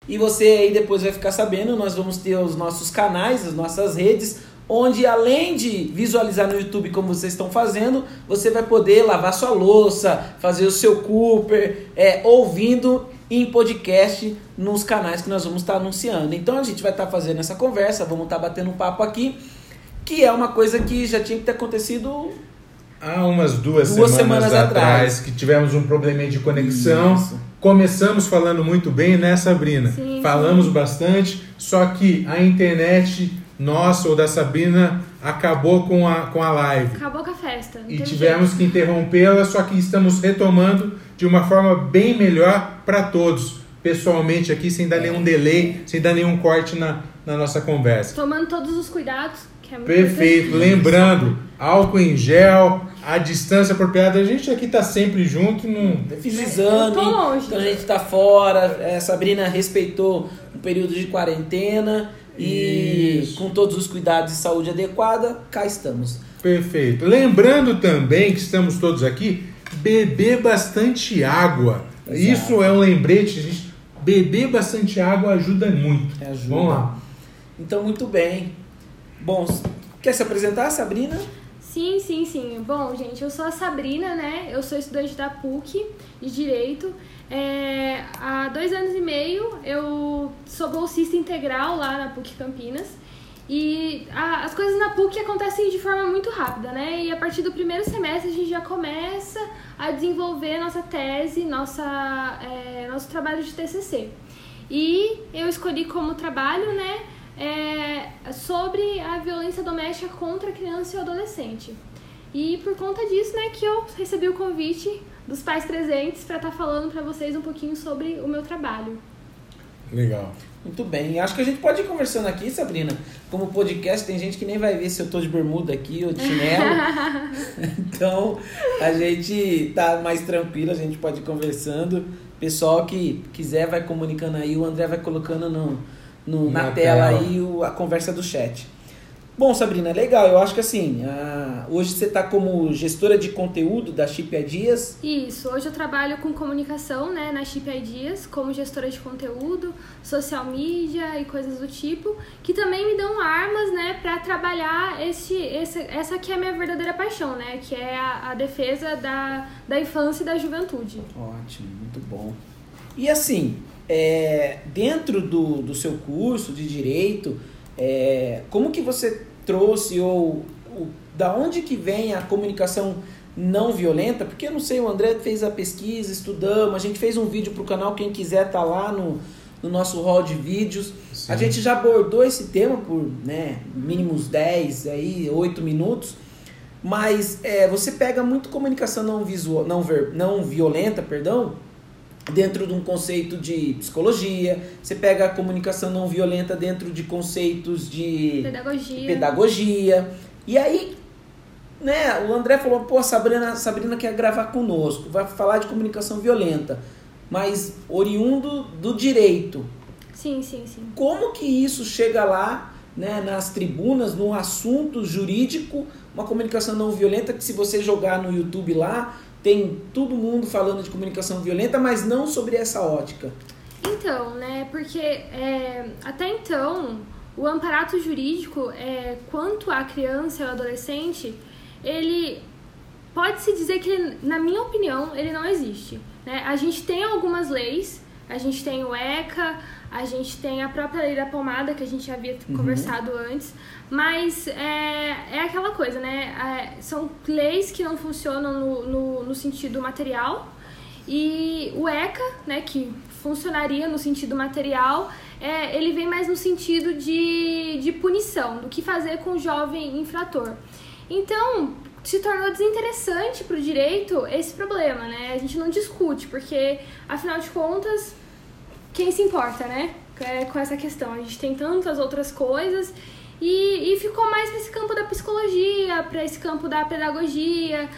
E você aí depois vai ficar sabendo, nós vamos ter os nossos canais, as nossas redes, onde além de visualizar no YouTube como vocês estão fazendo, você vai poder lavar sua louça, fazer o seu Cooper, ouvindo em podcast nos canais que nós vamos estar anunciando. Então a gente vai estar fazendo essa conversa, vamos estar batendo um papo aqui, que é uma coisa que já tinha que ter acontecido há umas duas semanas atrás, que tivemos um probleminha de conexão. Isso. Começamos falando muito bem, né, Sabrina? Sim, falamos bastante, só que a internet nossa ou da Sabrina acabou com a live. Acabou com a festa. E tivemos que interrompê-la, só que estamos retomando de uma forma bem melhor para todos. Pessoalmente aqui, sem dar nenhum delay, sem dar nenhum corte na nossa conversa. Tomando todos os cuidados, que é muito Perfeito. importante. Lembrando, álcool em gel, a distância apropriada. A gente aqui tá sempre junto. Fiz exame, Eu tô longe. então a gente tá fora. A Sabrina respeitou o período de quarentena. E Isso. com todos os cuidados de saúde adequada, cá estamos. Perfeito. Lembrando também que estamos todos aqui, beber bastante água. Exato. Isso é um lembrete, gente. Beber bastante água ajuda muito. Ajuda. Vamos lá. Então, muito bem. Bom, quer se apresentar, Sabrina? Sim. Bom, gente, eu sou a Sabrina, né? Eu sou estudante da PUC de Direito. Há 2 anos e meio eu sou bolsista integral lá na PUC Campinas. E as coisas na PUC acontecem de forma muito rápida, né? E a partir do primeiro semestre a gente já começa a desenvolver nossa tese, nosso trabalho de TCC. E eu escolhi como trabalho, né, sobre a violência doméstica contra a criança e o adolescente. E por conta disso, né, que eu recebi o convite dos pais presentes para estar falando para vocês um pouquinho sobre o meu trabalho. Legal. Muito bem. Acho que a gente pode ir conversando aqui, Sabrina. Como podcast, tem gente que nem vai ver se eu tô de bermuda aqui ou de chinelo. Então, a gente tá mais tranquilo, a gente pode ir conversando. Pessoal que quiser vai comunicando aí, o André vai colocando na tela aí a conversa do chat. Bom, Sabrina, legal. Eu acho que assim, hoje você está como gestora de conteúdo da Chip Ideas. Isso, hoje eu trabalho com comunicação, né, na Chip Ideas, como gestora de conteúdo, social media e coisas do tipo, que também me dão armas, né, para trabalhar essa que é a minha verdadeira paixão, né, que é a defesa da infância e da juventude. Ótimo, muito bom. E assim, dentro do seu curso de Direito, como que você trouxe da onde que vem a comunicação não violenta? Porque eu não sei, o André fez a pesquisa, estudamos, a gente fez um vídeo para o canal, quem quiser tá lá no nosso hall de vídeos. Sim. A gente já abordou esse tema por mínimos 8 minutos, mas você pega muito comunicação não violenta, dentro de um conceito de psicologia, você pega a comunicação não violenta dentro de conceitos de pedagogia. E aí, né, o André falou, pô, Sabrina quer gravar conosco, vai falar de comunicação violenta, mas oriundo do direito. Sim. Como que isso chega lá, né, nas tribunas, no assunto jurídico, uma comunicação não violenta, que se você jogar no YouTube lá, tem todo mundo falando de comunicação violenta, mas não sobre essa ótica. Então, né, porque até então, o amparato jurídico, quanto à criança e ao adolescente, ele pode-se dizer que, na minha opinião, ele não existe, né? A gente tem algumas leis, a gente tem o ECA, a gente tem a própria lei da pomada, que a gente já havia conversado antes, mas é aquela coisa, né? São leis que não funcionam no sentido material, e o ECA, né, que funcionaria no sentido material, ele vem mais no sentido de punição, do que fazer com o jovem infrator. Então, se tornou desinteressante para o direito esse problema, né? A gente não discute, porque, afinal de contas, quem se importa, né, com essa questão? A gente tem tantas outras coisas e ficou mais para esse campo da psicologia, para esse campo da pedagogia,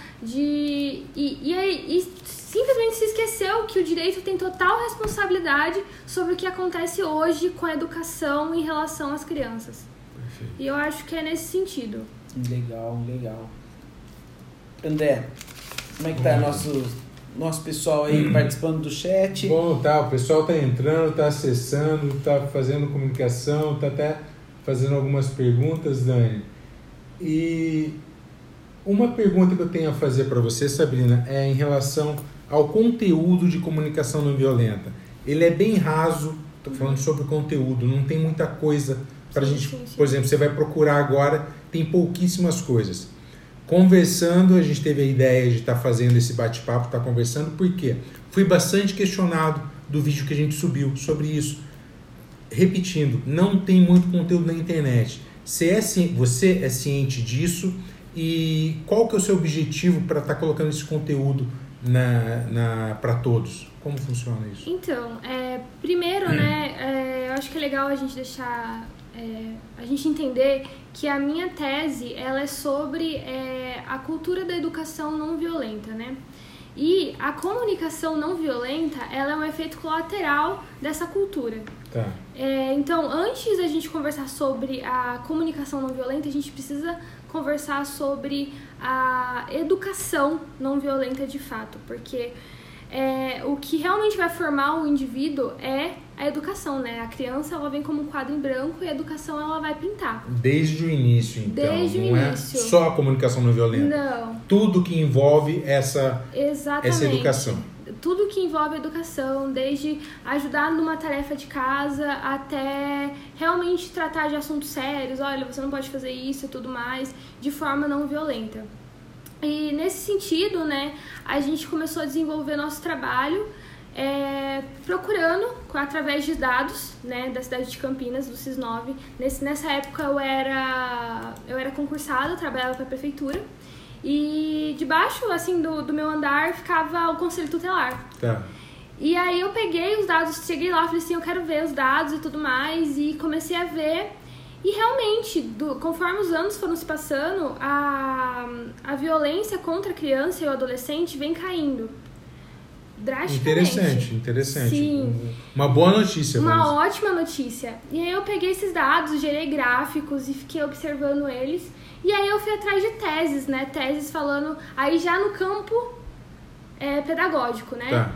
e simplesmente se esqueceu que o direito tem total responsabilidade sobre o que acontece hoje com a educação em relação às crianças. Perfeito. E eu acho que é nesse sentido. Legal. André, como é que tá nosso pessoal aí participando do chat. Bom, tá, o pessoal tá entrando, tá acessando, tá fazendo comunicação, tá até fazendo algumas perguntas, Dani. E uma pergunta que eu tenho a fazer para você, Sabrina, é em relação ao conteúdo de comunicação não violenta. Ele é bem raso, estou falando sobre o conteúdo, não tem muita coisa para a gente... Sim. Por exemplo, você vai procurar agora, tem pouquíssimas coisas. Conversando, a gente teve a ideia de estar fazendo esse bate-papo, estar conversando, por quê? Fui bastante questionado do vídeo que a gente subiu sobre isso. Repetindo, não tem muito conteúdo na internet. Você é ciente disso e qual que é o seu objetivo para estar colocando esse conteúdo para todos? Como funciona isso? Então, primeiro, né, eu acho que é legal a gente deixar... a gente entender que a minha tese ela é sobre a cultura da educação não violenta, né? E a comunicação não violenta ela é um efeito colateral dessa cultura. Tá. Então, antes da gente conversar sobre a comunicação não violenta, a gente precisa conversar sobre a educação não violenta de fato, porque o que realmente vai formar o indivíduo é a educação, né? A criança ela vem como um quadro em branco e a educação ela vai pintar. Desde o início, então. Desde o início. É só a comunicação não violenta. Não. Tudo que envolve essa educação. Tudo que envolve a educação, desde ajudar numa tarefa de casa até realmente tratar de assuntos sérios. Olha, você não pode fazer isso e tudo mais, de forma não violenta. E nesse sentido, né, a gente começou a desenvolver nosso trabalho procurando, através de dados, né, da cidade de Campinas, do SIS9. Nessa época eu era concursada, eu trabalhava para a prefeitura. E debaixo, assim, do meu andar ficava o conselho tutelar. Tá. E aí eu peguei os dados, cheguei lá, falei assim, eu quero ver os dados e tudo mais, e comecei a ver. E realmente, conforme os anos foram se passando, a violência contra a criança e o adolescente vem caindo drasticamente. Interessante. Sim. Uma boa notícia. Uma ótima notícia. E aí eu peguei esses dados, gerei gráficos e fiquei observando eles. E aí eu fui atrás de teses, né? Teses falando aí já no campo pedagógico, né? Tá.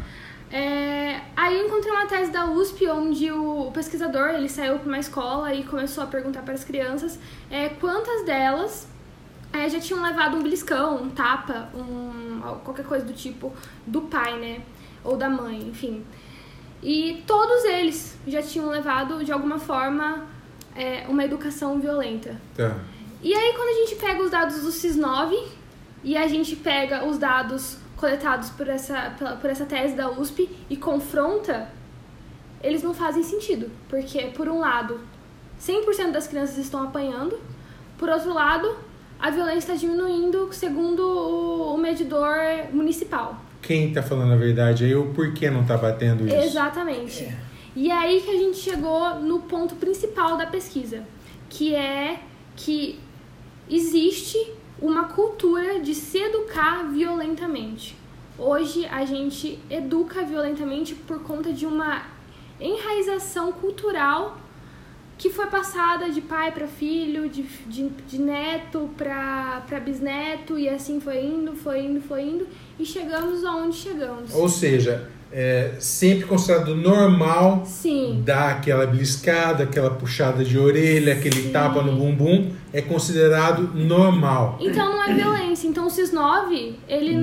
Aí eu encontrei uma tese da USP, onde o pesquisador ele saiu para uma escola e começou a perguntar para as crianças quantas delas já tinham levado um beliscão, um tapa, qualquer coisa do tipo do pai, né? Ou da mãe, enfim. E todos eles já tinham levado, de alguma forma, uma educação violenta. Tá. E aí, quando a gente pega os dados do SIS9 e a gente pega os dados coletados por essa tese da USP e confronta, eles não fazem sentido. Porque, por um lado, 100% das crianças estão apanhando. Por outro lado, a violência está diminuindo segundo o medidor municipal. Quem está falando a verdade aí, o porquê não está batendo isso? Exatamente. E aí que a gente chegou no ponto principal da pesquisa, que é que existe uma cultura de se educar violentamente. Hoje a gente educa violentamente por conta de uma enraização cultural que foi passada de pai para filho, de neto para bisneto, e assim foi indo, e chegamos aonde chegamos. Ou seja, sempre considerado normal. Sim. Dar aquela beliscada, aquela puxada de orelha, aquele tapa no bumbum, é considerado normal. Então não é violência. Então o SIS9, ele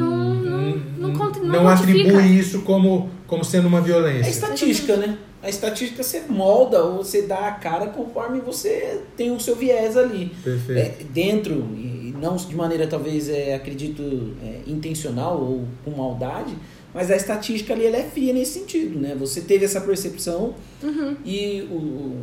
não atribui isso como sendo uma violência. É estatística, né? A estatística você molda ou você dá a cara conforme você tem o seu viés ali. Perfeito. Dentro, e não de maneira talvez, acredito, intencional ou com maldade, mas a estatística ali ela é fria nesse sentido, né? Você teve essa percepção e o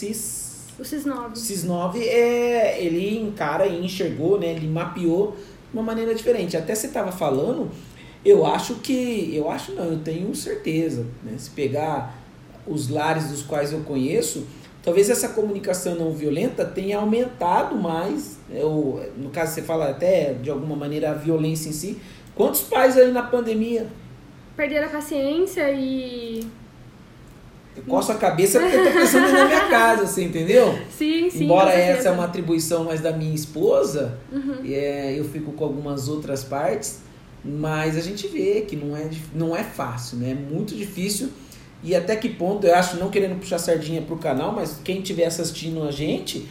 SIS9, ele encara e enxergou, né? Ele mapeou de uma maneira diferente. Até você estava falando, eu tenho certeza, né? Se pegar os lares dos quais eu conheço, talvez essa comunicação não violenta tenha aumentado mais, no caso você fala até de alguma maneira a violência em si. Quantos pais aí na pandemia perderam a paciência e... Eu coço a cabeça porque eu tô pensando na minha casa, você entendeu? Sim. Embora essa é uma atribuição mais da minha esposa, eu fico com algumas outras partes, mas a gente vê que não é fácil, né? É muito difícil. E até que ponto, eu acho, não querendo puxar sardinha pro canal, mas quem estiver assistindo a gente,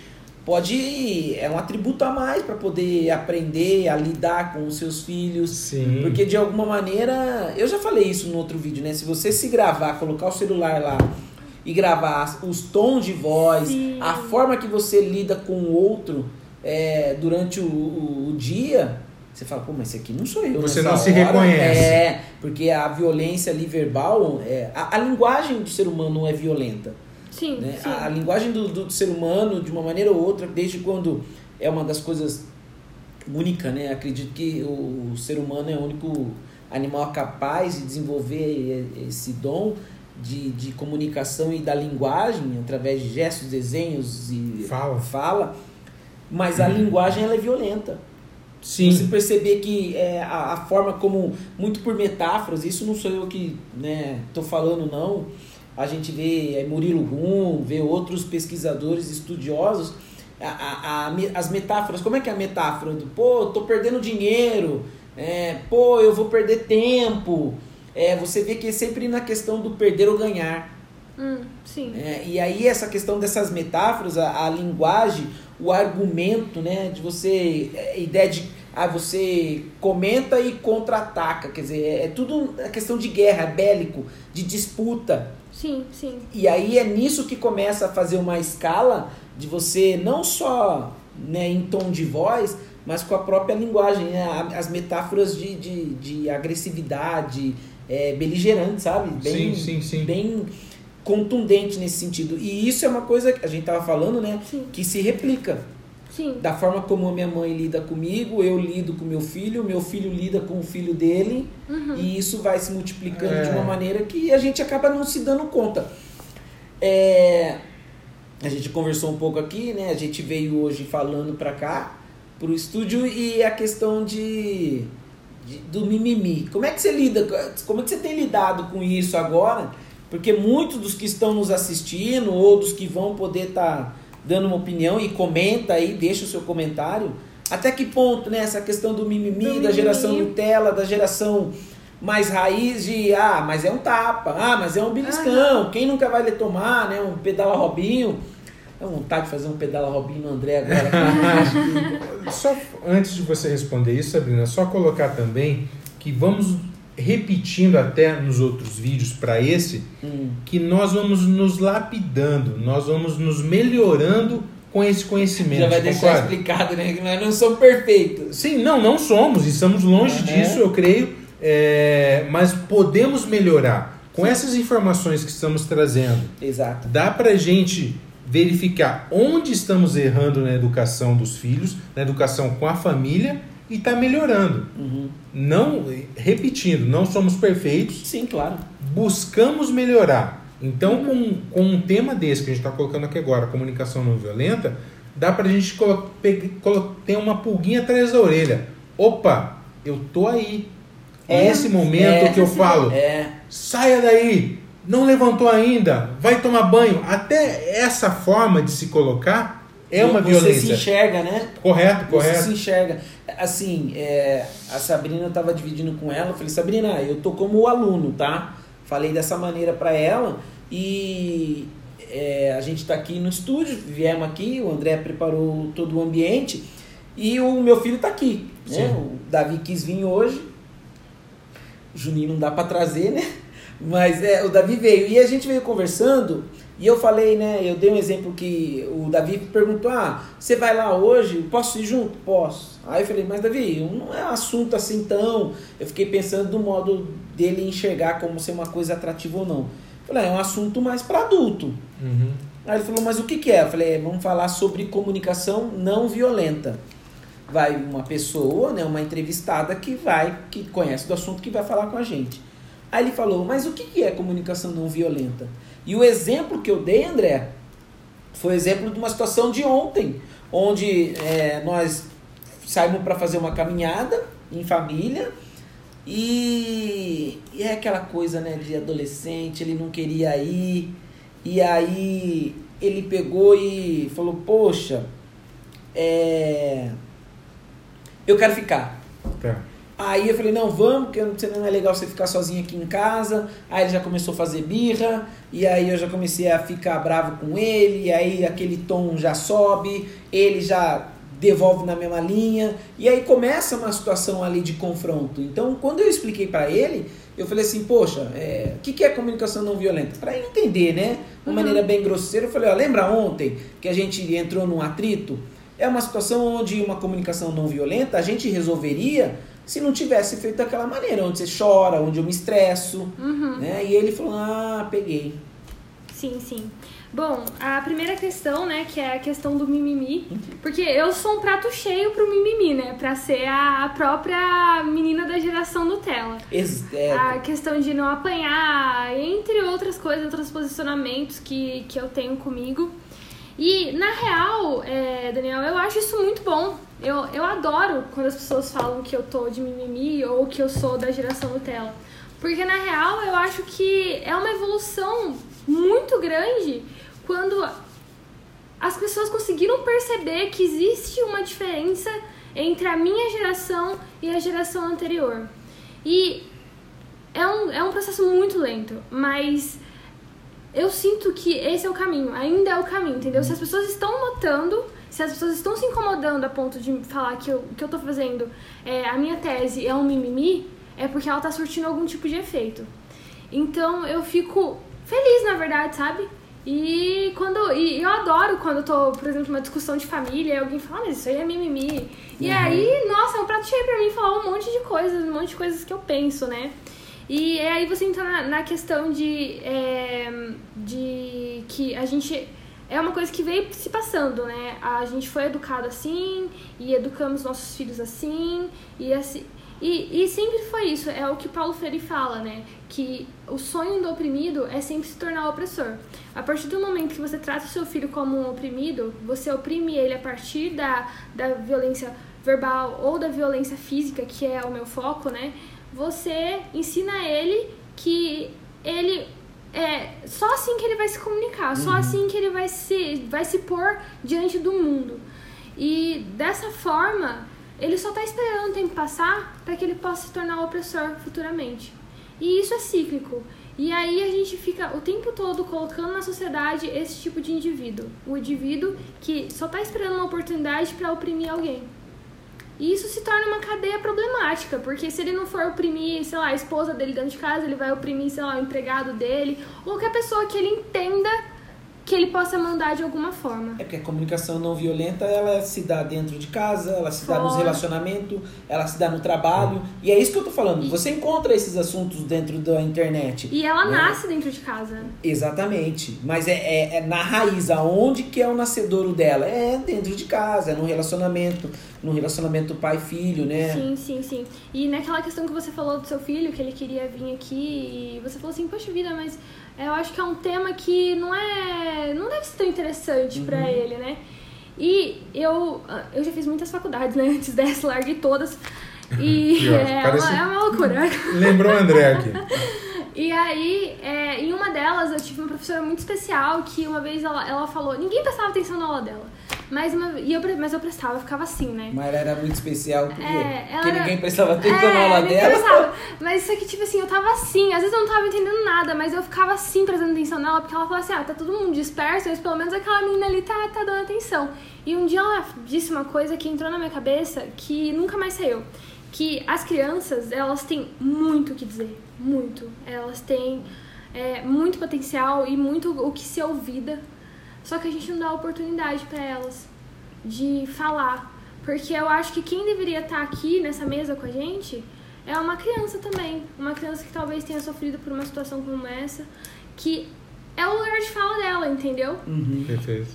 é um atributo a mais para poder aprender a lidar com os seus filhos. Sim. Porque de alguma maneira, eu já falei isso no outro vídeo, né? Se você se gravar, colocar o celular lá e gravar os tons de voz, Sim. a forma que você lida com o outro durante o dia, você fala, pô, mas esse aqui não sou eu. Você nessa não se hora. reconhece. Porque a violência ali verbal, a linguagem do ser humano não é violenta. Sim, Né? sim. A linguagem do ser humano, de uma maneira ou outra, desde quando é uma das coisas únicas, né? Acredito que o ser humano é o único animal capaz de desenvolver esse dom de comunicação e da linguagem, através de gestos, desenhos e fala. Mas a linguagem, ela é violenta. Sim. Você perceber que a forma como, muito por metáforas, isso não sou eu que tô falando, não. A gente vê Murilo Gun, vê outros pesquisadores estudiosos, as metáforas. Como é que é a metáfora? Pô, tô perdendo dinheiro, pô, eu vou perder tempo. Você vê que é sempre na questão do perder ou ganhar. Sim. E aí essa questão dessas metáforas, a linguagem, o argumento, né, de você, a ideia de você comenta e contra-ataca, quer dizer, é tudo a questão de guerra, bélico, de disputa. Sim, sim. E aí é nisso que começa a fazer uma escala de você não só, né, em tom de voz, mas com a própria linguagem, né, as metáforas de agressividade, beligerante, sabe? Bem, sim. Bem contundente nesse sentido. E isso é uma coisa que a gente estava falando, né? Sim. Que se replica. Sim. Da forma como a minha mãe lida comigo, eu lido com meu filho lida com o filho dele, e isso vai se multiplicando de uma maneira que a gente acaba não se dando conta. A gente conversou um pouco aqui, né? A gente veio hoje falando para cá, pro estúdio, e a questão do mimimi. Como é que você tem lidado com isso agora? Porque muitos dos que estão nos assistindo, ou dos que vão poder estar dando uma opinião, e comenta aí, deixa o seu comentário, até que ponto, né, essa questão do mimimi, da geração Nutella, da geração mais raiz de, mas é um tapa, mas é um beliscão, quem nunca vai tomar, né, um pedala Robinho. Dá vontade de fazer um pedala Robinho no André agora. Só antes de você responder isso, Sabrina, só colocar também que vamos repetindo até nos outros vídeos para esse, que nós vamos nos lapidando, nós vamos nos melhorando com esse conhecimento. Já vai deixar explicado, né? Que nós não somos perfeitos. Sim, não somos, e estamos longe disso, eu creio, mas podemos melhorar. Com essas informações que estamos trazendo, exato, dá para a gente verificar onde estamos errando na educação dos filhos, na educação com a família, e está melhorando. Não, repetindo, não somos perfeitos. Sim, claro. Buscamos melhorar. Então, com um tema desse que a gente está colocando aqui agora, comunicação não violenta, dá para a gente ter uma pulguinha atrás da orelha. Opa, eu tô aí. É esse momento que eu falo, saia daí, não levantou ainda, vai tomar banho. Até essa forma de se colocar uma violência. Você se enxerga, né? Correto. Você se enxerga. Assim, a Sabrina, eu estava dividindo com ela, eu falei, Sabrina, eu tô como aluno, tá? Falei dessa maneira para ela, e a gente está aqui no estúdio, viemos aqui, o André preparou todo o ambiente, e o meu filho está aqui, né? O Davi quis vir hoje, o Juninho não dá para trazer, né? Mas o Davi veio, e a gente veio conversando, e eu falei, né, eu dei um exemplo que o Davi perguntou, você vai lá hoje, posso ir junto? Posso. Aí eu falei, mas Davi, não é um assunto assim tão... Eu fiquei pensando do modo dele enxergar como ser uma coisa atrativa ou não. Eu falei, é um assunto mais para adulto. Aí ele falou, mas o que é? Eu falei, vamos falar sobre comunicação não violenta. Vai uma pessoa, né, uma entrevistada que conhece do assunto, que vai falar com a gente. Aí ele falou, mas o que é comunicação não violenta? E o exemplo que eu dei, André, foi o exemplo de uma situação de ontem, onde nós saímos para fazer uma caminhada em família, e é aquela coisa, né, de adolescente, ele não queria ir, e aí ele pegou e falou, poxa, eu quero ficar. Tá. Aí eu falei, não, vamos, porque não é legal você ficar sozinho aqui em casa. Aí ele já começou a fazer birra, e aí eu já comecei a ficar bravo com ele, e aí aquele tom já sobe, ele já devolve na mesma linha, e aí começa uma situação ali de confronto. Então, quando eu expliquei pra ele, eu falei assim, poxa, o que é comunicação não violenta? Pra ele entender, né? De uma maneira bem grosseira, eu falei, ó, lembra ontem que a gente entrou num atrito? É uma situação onde uma comunicação não violenta a gente resolveria se não tivesse feito daquela maneira, onde você chora, onde eu me estresso, né? E ele falou, peguei. Sim, sim. Bom, a primeira questão, né, que é a questão do mimimi, porque eu sou um prato cheio pro mimimi, né, pra ser a própria menina da geração Nutella. A questão de não apanhar, entre outras coisas, outros posicionamentos que eu tenho comigo. E, na real, Daniel, eu acho isso muito bom. Eu adoro quando as pessoas falam que eu tô de mimimi ou que eu sou da geração Nutella. Porque, na real, eu acho que é uma evolução muito grande quando as pessoas conseguiram perceber que existe uma diferença entre a minha geração e a geração anterior. E é um processo muito lento, mas eu sinto que esse é o caminho, ainda é o caminho, entendeu? Se as pessoas estão notando, se as pessoas estão se incomodando a ponto de falar que o que eu tô fazendo, a minha tese é um mimimi, é porque ela tá surtindo algum tipo de efeito. Então eu fico feliz, na verdade, sabe? E eu adoro quando eu tô, por exemplo, numa discussão de família e alguém fala, mas isso aí é mimimi. E aí, nossa, é um prato cheio pra mim falar um monte de coisas que eu penso, né? E aí você entra na questão de que a gente... É uma coisa que veio se passando, né? A gente foi educado assim, e educamos nossos filhos assim, e assim... E sempre foi isso, é o que Paulo Freire fala, né? Que o sonho do oprimido é sempre se tornar opressor. A partir do momento que você trata o seu filho como um oprimido, você oprime ele a partir da violência verbal ou da violência física, que é o meu foco, né? Você ensina ele que ele só assim que ele vai se comunicar, só assim que ele vai se pôr diante do mundo. E dessa forma, ele só está esperando o tempo passar para que ele possa se tornar opressor futuramente. E isso é cíclico. E aí a gente fica o tempo todo colocando na sociedade esse tipo de indivíduo. O indivíduo que só está esperando uma oportunidade para oprimir alguém. E isso se torna uma cadeia problemática, porque se ele não for oprimir, sei lá, a esposa dele dentro de casa, ele vai oprimir, sei lá, o empregado dele, ou qualquer pessoa que ele entenda que ele possa mandar de alguma forma. É porque a comunicação não violenta, ela se dá dentro de casa, ela se dá nos relacionamentos, ela se dá no trabalho, e é isso que eu tô falando. Você encontra esses assuntos dentro da internet. E ela nasce dentro de casa. Exatamente, mas é na raiz, aonde que é o nascedouro dela? É dentro de casa, é no relacionamento pai e filho, né? Sim. E naquela questão que você falou do seu filho, que ele queria vir aqui, e você falou assim, poxa vida, mas eu acho que é um tema que não deve ser tão interessante pra ele, né? E eu já fiz muitas faculdades, né? Antes dessa, larguei todas. E é uma loucura. Lembrou o André aqui. E aí, em uma delas, eu tive uma professora muito especial que uma vez ela falou... Ninguém prestava atenção na aula dela. Mas eu prestava, eu ficava assim, né? Mas ela era muito especial porque ninguém prestava atenção na aula dela. Prestava. Mas isso aqui, tipo assim, eu tava assim, às vezes eu não tava entendendo nada, mas eu ficava assim prestando atenção nela, porque ela falava assim, tá todo mundo disperso, mas pelo menos aquela menina ali tá dando atenção. E um dia ela disse uma coisa que entrou na minha cabeça que nunca mais saiu. Que as crianças, elas têm muito o que dizer, muito. Elas têm muito potencial e muito o que ser ouvida. Só que a gente não dá oportunidade para elas de falar. Porque eu acho que quem deveria estar aqui nessa mesa com a gente é uma criança também. Uma criança que talvez tenha sofrido por uma situação como essa, que é o lugar de fala dela, entendeu? Perfeito.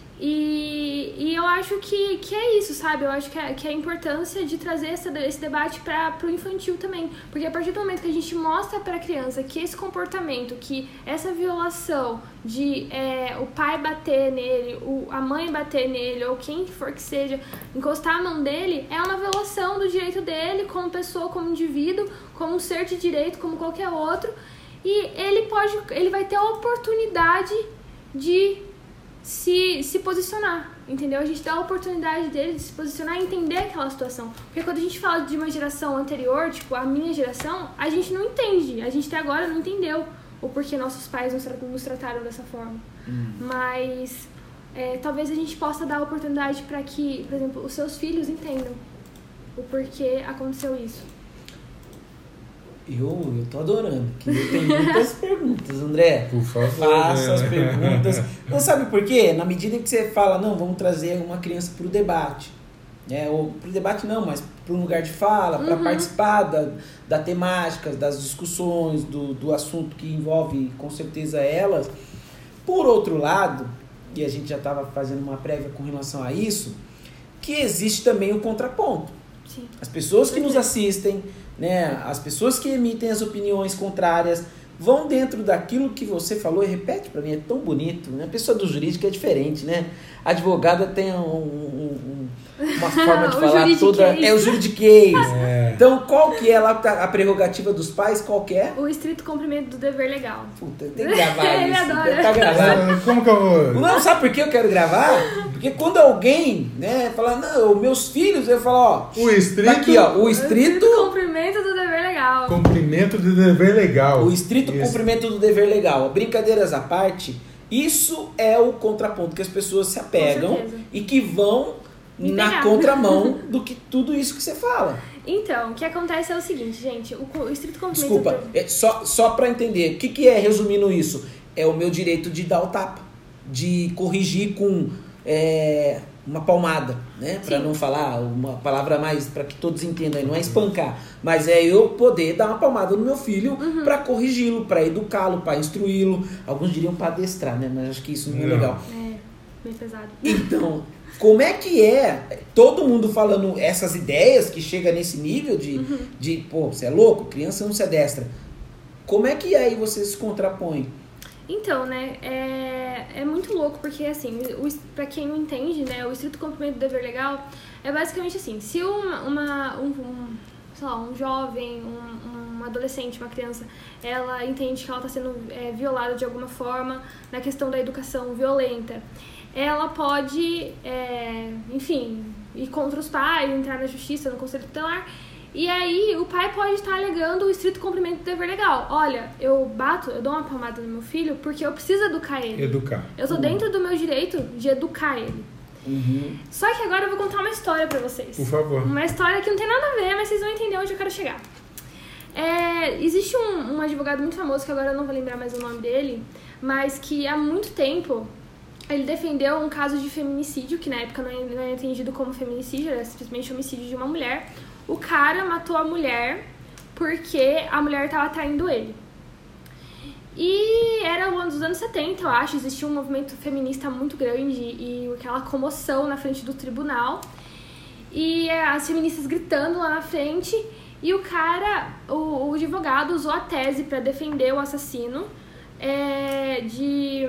E eu acho que é isso, sabe? Eu acho que é a importância de trazer esse debate pro infantil também. Porque a partir do momento que a gente mostra pra criança que esse comportamento, que essa violação de o pai bater nele, a mãe bater nele, ou quem for que seja, encostar a mão dele, é uma violação do direito dele como pessoa, como indivíduo, como um ser de direito, como qualquer outro. E ele vai ter a oportunidade de se posicionar, entendeu? A gente dá a oportunidade dele de se posicionar e entender aquela situação. Porque quando a gente fala de uma geração anterior, tipo a minha geração, a gente não entende. A gente até agora não entendeu o porquê nossos pais nos trataram dessa forma. Mas talvez a gente possa dar a oportunidade para que, por exemplo, os seus filhos entendam o porquê aconteceu isso. Eu tô adorando, que eu tenho muitas perguntas, André. Por favor. Faça as perguntas. Não sabe por quê? Na medida que você fala, não, vamos trazer uma criança pro debate. Ou pro debate não, mas para um lugar de fala, para participar da temática, das discussões, do assunto que envolve com certeza elas. Por outro lado, e a gente já estava fazendo uma prévia com relação a isso, que existe também o contraponto. Sim. As pessoas que nos assistem, né, as pessoas que emitem as opiniões contrárias, vão dentro daquilo que você falou e repete para mim, é tão bonito, né? A pessoa do jurídico é diferente, né? A advogada tem uma forma de falar toda... É o juridiquês. Então, qual que é a prerrogativa dos pais? Qual que é? O estrito cumprimento do dever legal. Puta, tem que gravar Ele isso. adora. Tá gravado. Como que eu vou... Não, sabe por que eu quero gravar? Porque quando alguém, né, fala, não, meus filhos, eu falo, ó... O estrito... Tá aqui, ó, o estrito... Cumprimento do dever legal. Cumprimento do dever legal. O estrito cumprimento do dever legal. Brincadeiras à parte, isso é o contraponto que as pessoas se apegam e que vão na contramão do que tudo isso que você fala. Então, o que acontece é o seguinte, gente, o estrito cumprimento... Desculpa, só para entender, o que é, resumindo isso? É o meu direito de dar o tapa, de corrigir com uma palmada, né? Para não falar uma palavra mais, para que todos entendam, não é espancar, mas é eu poder dar uma palmada no meu filho para corrigi-lo, para educá-lo, para instruí-lo. Alguns diriam para adestrar, né? Mas acho que isso não é legal. É, bem pesado. Então, como é que todo mundo falando essas ideias que chega nesse nível de pô, você é louco, criança não se adestra. Como é que aí você se contrapõe? Então, né, é muito louco, porque, assim, pra quem não entende, né, o estrito cumprimento do dever legal é basicamente assim, se sei lá, um jovem, um adolescente, uma criança, ela entende que ela está sendo violada de alguma forma na questão da educação violenta, ela pode, enfim, ir contra os pais, entrar na justiça, no conselho tutelar. E aí, o pai pode estar alegando o estrito cumprimento do dever legal. Olha, eu dou uma palmada no meu filho porque eu preciso educar ele. Eu tô dentro do meu direito de educar ele. Só que agora eu vou contar uma história pra vocês. Por favor. Uma história que não tem nada a ver, mas vocês vão entender onde eu quero chegar. Existe um advogado muito famoso, que agora eu não vou lembrar mais o nome dele, mas que há muito tempo ele defendeu um caso de feminicídio, que na época não era entendido como feminicídio, era simplesmente homicídio de uma mulher. O cara matou a mulher porque a mulher estava traindo ele. E era o ano dos anos 70, eu acho, existia um movimento feminista muito grande e aquela comoção na frente do tribunal. E as feministas gritando lá na frente. E o cara, o advogado, usou a tese para defender o assassino de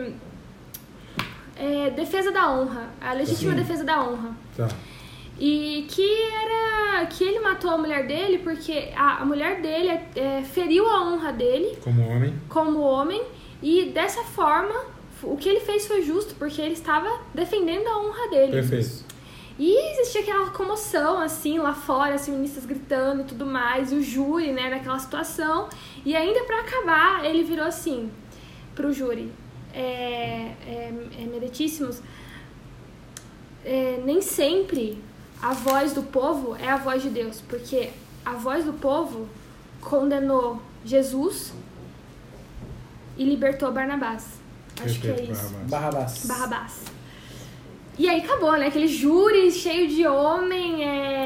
defesa da honra, a legítima defesa da honra. Tá. E que ele matou a mulher dele porque a mulher dele feriu a honra dele como homem, e dessa forma o que ele fez foi justo porque ele estava defendendo a honra dele. Perfeito. E existia aquela comoção assim lá fora, as feministas gritando e tudo mais, e o júri, né, naquela situação. E ainda pra acabar ele virou assim pro júri: meritíssimos, nem sempre a voz do povo é a voz de Deus, porque a voz do povo condenou Jesus e libertou Barnabás. Acho que é isso. Barrabás. E aí acabou, né? Aquele júri cheio de homem,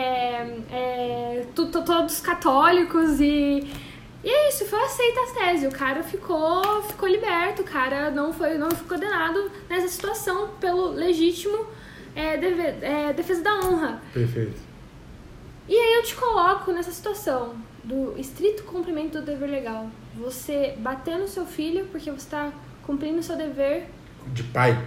todos católicos e é isso, foi aceita a tese. O cara ficou liberto, o cara não foi condenado nessa situação pelo legítimo defesa da honra. Perfeito. E aí eu te coloco nessa situação do estrito cumprimento do dever legal. Você bater no seu filho porque você está cumprindo o seu dever de pai.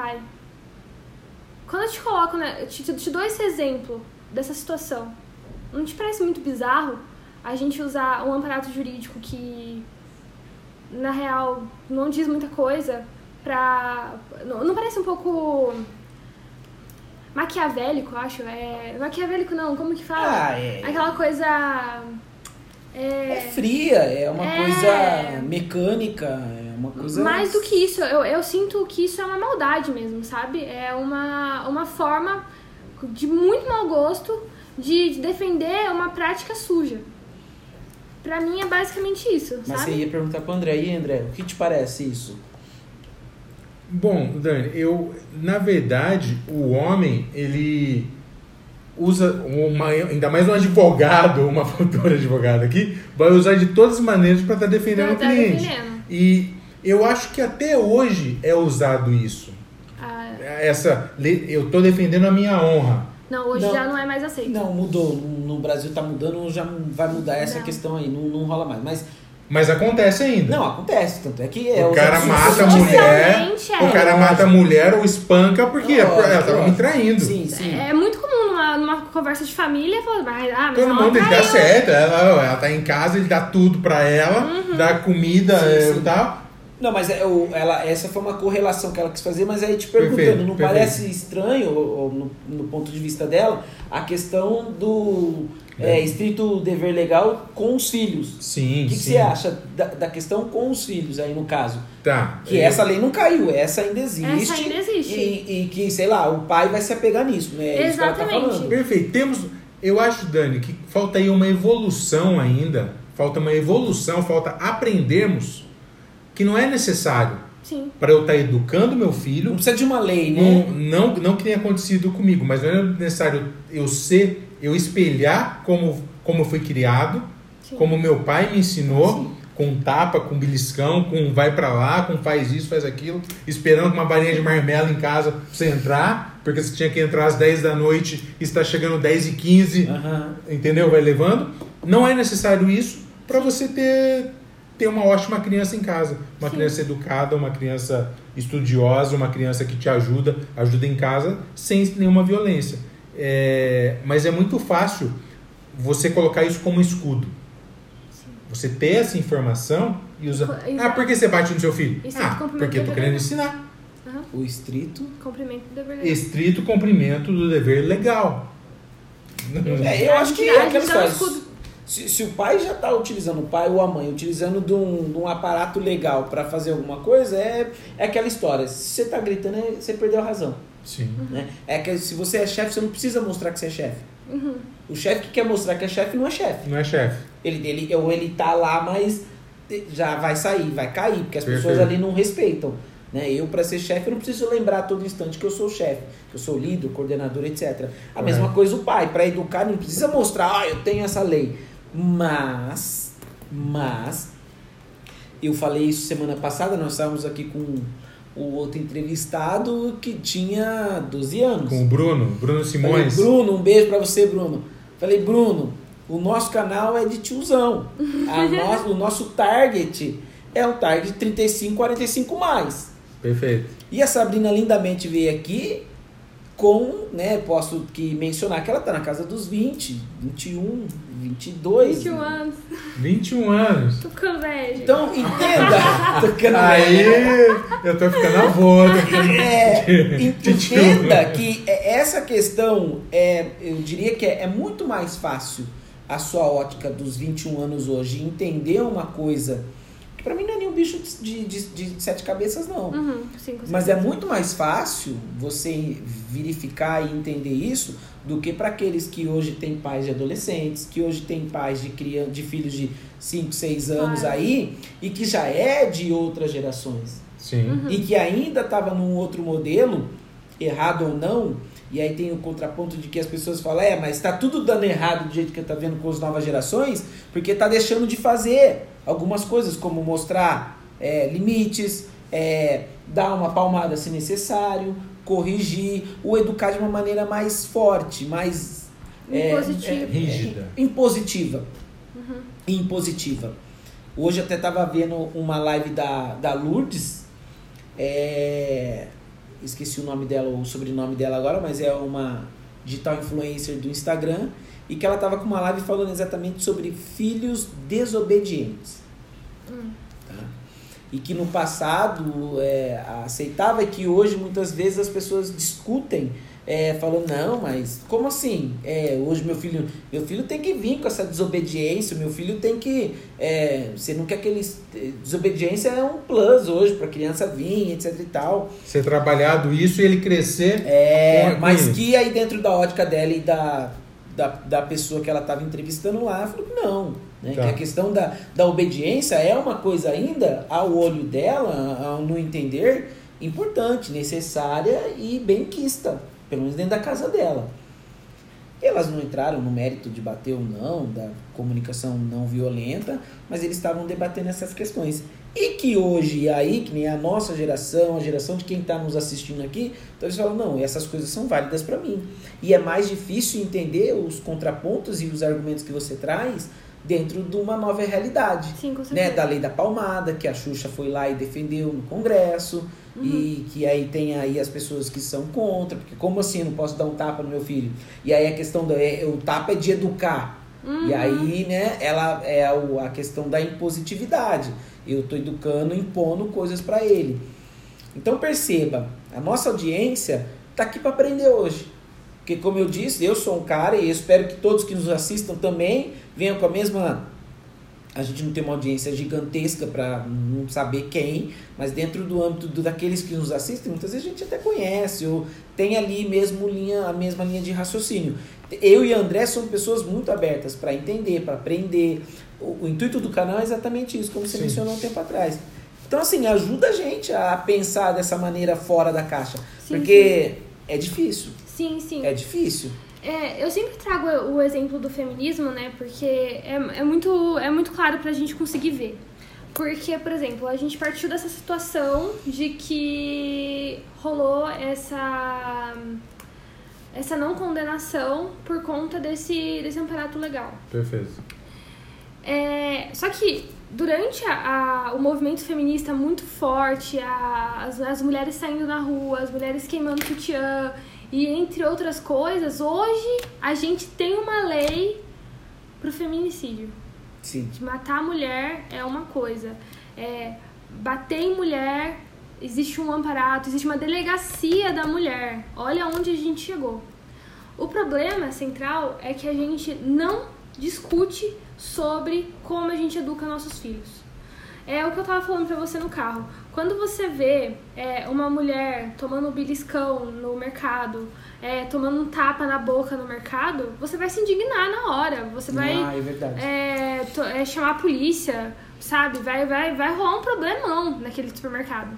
Quando eu te coloco, né, eu te dou esse exemplo dessa situação, não te parece muito bizarro a gente usar um amparato jurídico que, na real, não diz muita coisa Não parece um pouco maquiavélico, eu acho? Maquiavélico não, como que fala? Aquela coisa... É fria, é uma coisa mecânica, é uma coisa... Mais do que isso, eu sinto que isso é uma maldade mesmo, sabe? É uma forma de muito mau gosto de defender uma prática suja. Pra mim é basicamente isso, Mas sabe? você ia perguntar pro André, e André, o que te parece isso? Bom, Dani, na verdade, o homem, ele usa, ainda mais um advogado, uma futura advogada aqui, vai usar de todas as maneiras para estar defendendo o cliente. E eu acho que até hoje é usado isso. Eu estou defendendo a minha honra. Não, hoje já não é mais aceito. Não, mudou. No Brasil tá mudando, já vai mudar essa questão aí, não rola mais. Mas acontece ainda. Não, acontece, tanto é que... O cara mata a mulher, o cara mata a mulher ou espanca porque ela tava me traindo. Sim. É muito comum numa conversa de família falar, mas todo mundo tem que dar certo, ela tá em casa, ele dá tudo pra ela, dá comida e tal. Não, mas essa foi uma correlação que ela quis fazer, mas aí te perguntando, não parece estranho, ou no ponto de vista dela, a questão do estrito dever legal com os filhos? Sim, O que você acha da questão com os filhos aí no caso? Tá. Que essa lei não caiu, essa ainda existe. Essa ainda existe. E que, sei lá, o pai vai se apegar nisso, né? É isso que ela tá falando. Perfeito. Eu acho, Dani, que falta aí uma evolução ainda, falta aprendermos que não é necessário para eu estar educando meu filho. Não precisa de uma lei, né? Não que tenha acontecido comigo, mas não é necessário eu espelhar como eu fui criado, como meu pai me ensinou, com tapa, com beliscão, com vai pra lá, com faz isso, faz aquilo, esperando com uma balinha de marmelo em casa pra você entrar, porque você tinha que entrar às 10 da noite e está chegando 10h15, entendeu? Vai levando. Não é necessário isso para você ter uma ótima criança em casa. Uma criança educada, uma criança estudiosa, uma criança que te ajuda em casa, sem nenhuma violência. Mas é muito fácil você colocar isso como escudo. Você ter essa informação e usar... por que você bate no seu filho? Porque eu tô querendo ensinar. O estrito... Cumprimento do dever legal. Estrito cumprimento do dever legal. Eu acho que é aquela história. Se o pai já está utilizando, o pai ou a mãe, utilizando de um aparato legal para fazer alguma coisa, é aquela história. Se você está gritando, você perdeu a razão. Sim. Né? É que se você é chefe, você não precisa mostrar que você é chefe. O chefe que quer mostrar que é chefe não é chefe. Não é chefe. Ele tá lá, mas já vai sair, vai cair, porque as pessoas ali não respeitam. Né? Eu, para ser chefe, eu não preciso lembrar a todo instante que eu sou chefe, que eu sou líder, coordenador, etc. A mesma coisa o pai. Para educar, não precisa mostrar, eu tenho essa lei. Mas, eu falei isso semana passada, nós estávamos aqui com o outro entrevistado que tinha 12 anos. Com o Bruno Simões. Falei, Bruno, um beijo pra você, Bruno. Falei, Bruno, o nosso canal é de tiozão. O nosso target é um target 35, 45 mais. Perfeito. E a Sabrina lindamente veio aqui com, né, posso que mencionar que ela tá na casa dos 20, 21, 22. 21 anos. 21 anos. Tô ficando velho. Então, entenda. Tô ficando aí, eu tô ficando avô. Entenda que essa questão, eu diria que é muito mais fácil a sua ótica dos 21 anos hoje entender uma coisa... que pra mim não é nenhum bicho de 7 cabeças, não. Mas é muito mais fácil você verificar e entender isso do que para aqueles que hoje têm pais de adolescentes, que hoje têm pais de filhos de 5, 6 anos aí, e que já é de outras gerações. Sim. E que ainda estava num outro modelo, errado ou não, e aí tem o contraponto de que as pessoas falam, mas está tudo dando errado do jeito que está vendo com as novas gerações, porque está deixando de fazer algumas coisas, como mostrar limites, dar uma palmada se necessário, corrigir, ou educar de uma maneira mais forte, mais rígida. Impositiva. Impositiva. Hoje até estava vendo uma live da Lourdes, esqueci o nome dela, o sobrenome dela agora, mas é uma digital influencer do Instagram, e que ela estava com uma live falando exatamente sobre filhos desobedientes. Tá? e que no passado aceitava, e que hoje muitas vezes as pessoas discutem, falando, não, mas como assim? Hoje meu filho tem que vir com essa desobediência, meu filho tem que... você não quer que ele... Desobediência é um plus hoje para a criança vir, etc e tal. Ser trabalhado isso e ele crescer... mas que aí dentro da ótica dela e da pessoa que ela estava entrevistando lá, falou que não. Né? Tá. Que a questão da obediência é uma coisa ainda, ao olho dela, ao no entender, importante, necessária e benquista, pelo menos dentro da casa dela. Elas não entraram no mérito de bater ou não, da comunicação não violenta, mas eles estavam debatendo essas questões. E que hoje, aí, que nem a nossa geração, a geração de quem está nos assistindo aqui, então eles falam, não, essas coisas são válidas para mim. E é mais difícil entender os contrapontos e os argumentos que você traz dentro de uma nova realidade. Sim, com certeza. Né? Da lei da palmada, que a Xuxa foi lá e defendeu no Congresso, e que aí tem aí as pessoas que são contra, porque como assim eu não posso dar um tapa no meu filho? E aí a questão o tapa é de educar. E aí, né, ela é a questão da impositividade. Eu estou educando, impondo coisas para ele. Então perceba, a nossa audiência está aqui para aprender hoje. Porque como eu disse, eu sou um cara e eu espero que todos que nos assistam também venham com a mesma... A gente não tem uma audiência gigantesca para não saber quem, mas dentro do âmbito daqueles que nos assistem, muitas vezes a gente até conhece, ou tem ali mesmo a mesma linha de raciocínio. Eu e a André somos pessoas muito abertas para entender, para aprender. O intuito do canal é exatamente isso, como você mencionou um tempo atrás. Então, assim, ajuda a gente a pensar dessa maneira fora da caixa, porque é difícil. Sim, sim. É difícil. Eu sempre trago o exemplo do feminismo, né? Porque é muito claro pra gente conseguir ver. Porque, por exemplo, a gente partiu dessa situação de que rolou essa não condenação por conta desse amparato legal. Perfeito. Só que durante o movimento feminista muito forte, as mulheres saindo na rua, as mulheres queimando sutiã, e entre outras coisas, hoje a gente tem uma lei pro feminicídio. Sim. De matar a mulher é uma coisa. Bater em mulher, existe um amparato, existe uma delegacia da mulher. Olha onde a gente chegou. O problema central é que a gente não discute sobre como a gente educa nossos filhos. É o que eu tava falando pra você no carro. Quando você vê uma mulher tomando um beliscão no mercado, tomando um tapa na boca no mercado, você vai se indignar na hora. Você vai é verdade. chamar a polícia, sabe? Vai rolar um problemão naquele supermercado.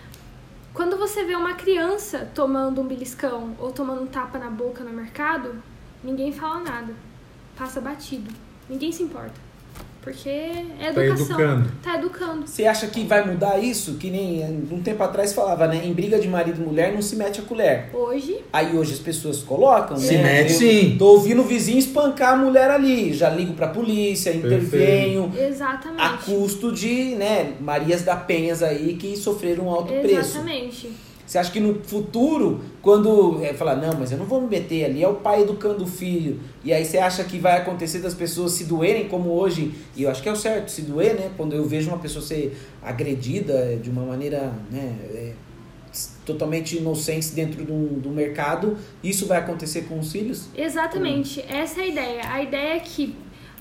Quando você vê uma criança tomando um beliscão ou tomando um tapa na boca no mercado, ninguém fala nada. Passa batido. Ninguém se importa. Porque é educação. Tá educando. Você acha que vai mudar isso? Que nem um tempo atrás falava, né? Em briga de marido e mulher não se mete a colher. Hoje as pessoas colocam, se né? mete sim. Tô ouvindo o vizinho espancar a mulher ali. Já ligo pra polícia, intervenho. Exatamente. A custo de, né, Marias da Penhas aí que sofreram um alto preço. Exatamente. Você acha que no futuro, quando falar, não, mas eu não vou me meter ali, é o pai educando o filho, e aí você acha que vai acontecer das pessoas se doerem como hoje, e eu acho que é o certo, se doer, né? Quando eu vejo uma pessoa ser agredida de uma maneira, né, totalmente inocente dentro do mercado, isso vai acontecer com os filhos? Exatamente, essa é a ideia. A ideia é que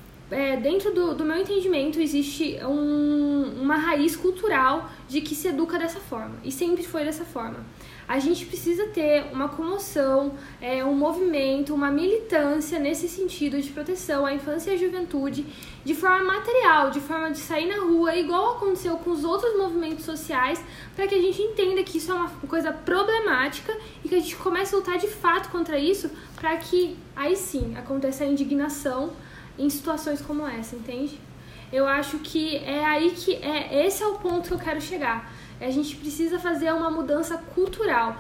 dentro do meu entendimento existe uma raiz cultural de que se educa dessa forma, e sempre foi dessa forma. A gente precisa ter uma comoção, um movimento, uma militância nesse sentido de proteção à infância e à juventude de forma material, de forma de sair na rua, igual aconteceu com os outros movimentos sociais, para que a gente entenda que isso é uma coisa problemática e que a gente comece a lutar de fato contra isso, para que aí sim aconteça a indignação em situações como essa, entende? Eu acho que esse é o ponto que eu quero chegar. A gente precisa fazer uma mudança cultural.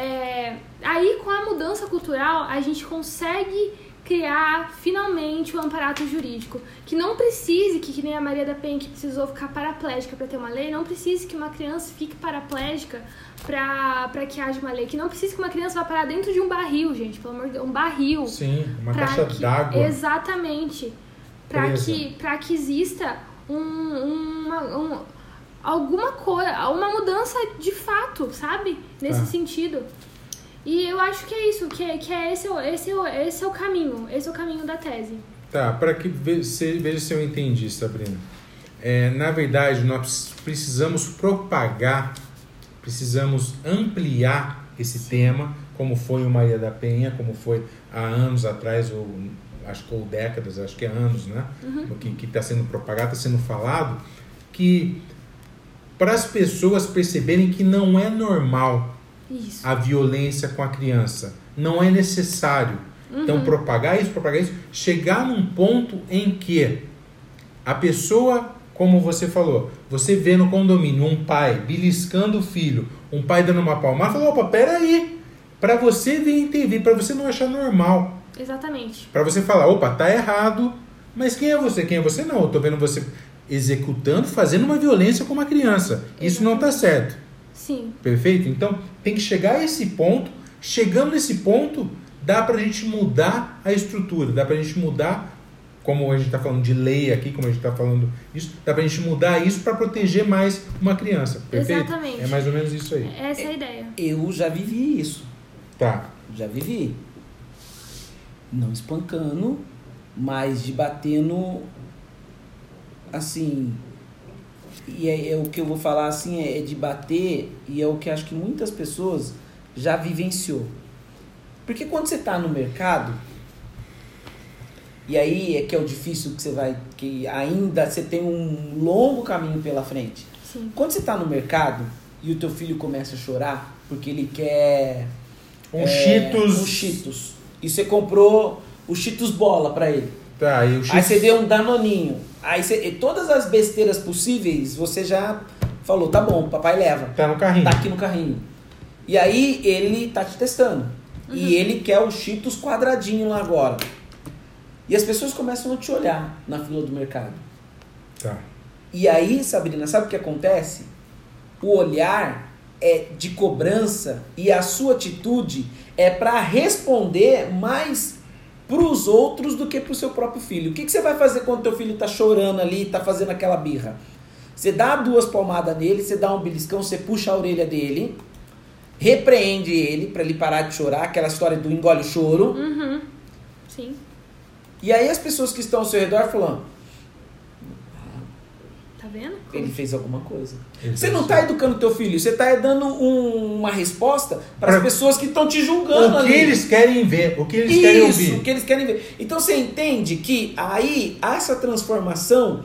Aí, com a mudança cultural, a gente consegue criar, finalmente, um amparato jurídico. Que não precise, que nem a Maria da Penha, que precisou ficar paraplégica para ter uma lei, não precise que uma criança fique paraplégica para que haja uma lei. Que não precise que uma criança vá parar dentro de um barril, gente. Pelo amor de Deus, um barril. Sim, uma caixa d'água. Exatamente. Para que exista alguma coisa, uma mudança de fato, sabe? Nesse sentido. E eu acho que é isso, que esse é o caminho. Esse é o caminho da tese. Tá, para que veja se eu entendi, Sabrina. Na verdade, nós precisamos propagar, precisamos ampliar esse tema, como foi o Maria da Penha, como foi há anos atrás, ou décadas, acho que é anos, né? Que está sendo propagado, está sendo falado, que para as pessoas perceberem que não é normal a violência com a criança, não é necessário. Então, propagar isso, chegar num ponto em que a pessoa, como você falou, você vê no condomínio um pai beliscando o filho, um pai dando uma palmada, fala, opa, peraí, para você ver em TV, para você não achar normal. Exatamente. Para você falar, opa, tá errado, mas quem é você? Quem é você? Não, eu tô vendo você executando, fazendo uma violência com uma criança. Isso não tá certo. Sim. Perfeito? Então, tem que chegar a esse ponto. Chegando nesse ponto, dá pra gente mudar a estrutura, dá pra gente mudar, como a gente tá falando de lei aqui, como a gente tá falando isso, dá pra gente mudar isso para proteger mais uma criança. Perfeito? Exatamente. É mais ou menos isso aí. Essa é a ideia. Eu já vivi isso. Tá. Já vivi. Não espancando, mas de batendo, assim, e é o que eu vou falar assim, é de bater, e é o que acho que muitas pessoas já vivenciou. Porque quando você tá no mercado, e aí é que é o difícil que ainda você tem um longo caminho pela frente. Sim. Quando você tá no mercado e o teu filho começa a chorar porque ele quer um Cheetos. E você comprou o Cheetos Bola pra ele. Tá, e o Aí você deu um Danoninho. Aí todas as besteiras possíveis, você já falou, tá bom, papai leva. Tá no carrinho. Tá aqui no carrinho. E aí ele tá te testando. E ele quer o Cheetos quadradinho lá agora. E as pessoas começam a te olhar na fila do mercado. Tá. E aí, Sabrina, sabe o que acontece? O olhar é de cobrança e a sua atitude é para responder mais pros outros do que pro seu próprio filho. O que você vai fazer quando teu filho tá chorando ali, tá fazendo aquela birra? Você dá 2 palmadas nele, você dá um beliscão, você puxa a orelha dele, repreende ele para ele parar de chorar, aquela história do engole o choro. Sim. E aí as pessoas que estão ao seu redor falando, tá vendo? ele fez alguma coisa. Você não está educando teu filho, você está dando uma resposta para as pessoas que estão te julgando ali. O que eles querem ver, o que eles querem ouvir. Isso, o que eles querem ver. Então você entende que aí essa transformação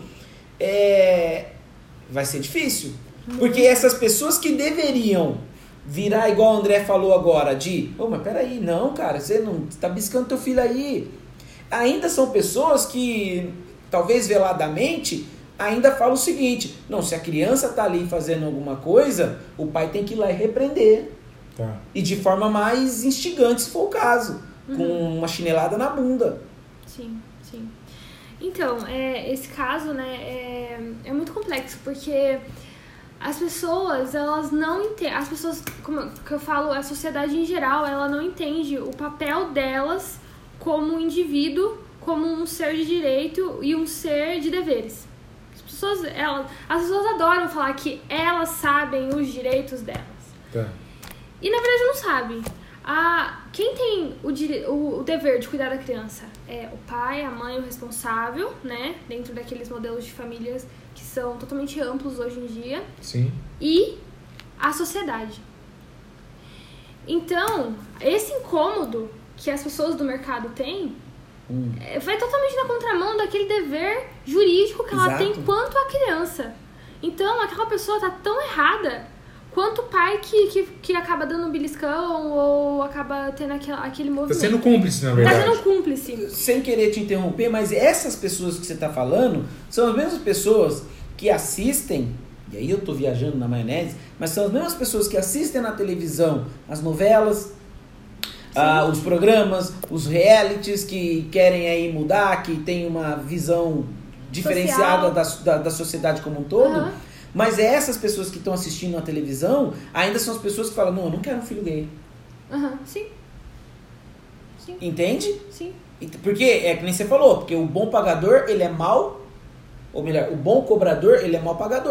vai ser difícil. Porque essas pessoas que deveriam virar igual o André falou agora, mas peraí, não, cara, você não está biscando teu filho aí. Ainda são pessoas que, talvez veladamente, ainda falam o seguinte, não, se a criança está ali fazendo alguma coisa, o pai tem que ir lá e repreender. Tá. E de forma mais instigante, se for o caso, com uma chinelada na bunda. Sim, sim. Então, esse caso, né, é muito complexo, porque as pessoas, elas não entendem, as pessoas, como que eu falo, a sociedade em geral, ela não entende o papel delas como um indivíduo, como um ser de direito e um ser de deveres. As pessoas adoram falar que elas sabem os direitos delas. Tá. E na verdade não sabem. Quem tem o dever de cuidar da criança é o pai, a mãe, o responsável, né? Dentro daqueles modelos de famílias que são totalmente amplos hoje em dia. Sim. E a sociedade. Então, esse incômodo que as pessoas do mercado têm vai totalmente na contramão daquele dever jurídico que ela tem quanto a criança. Então, aquela pessoa tá tão errada quanto o pai que acaba dando um beliscão ou acaba tendo aquele movimento. Tá sendo cúmplice, na verdade. Tá sendo cúmplice. Sem querer te interromper, mas essas pessoas que você tá falando são as mesmas pessoas que assistem, e aí eu tô viajando na maionese, mas são as mesmas pessoas que assistem na televisão as novelas, os programas, os realities que querem aí mudar, que tem uma visão diferenciada da sociedade como um todo. Mas essas pessoas que estão assistindo na televisão ainda são as pessoas que falam, não, eu não quero um filho gay. Sim. Sim. Entende? Sim. Porque é que nem você falou, porque o bom pagador, ele é mau, ou melhor, o bom cobrador, ele é mau pagador.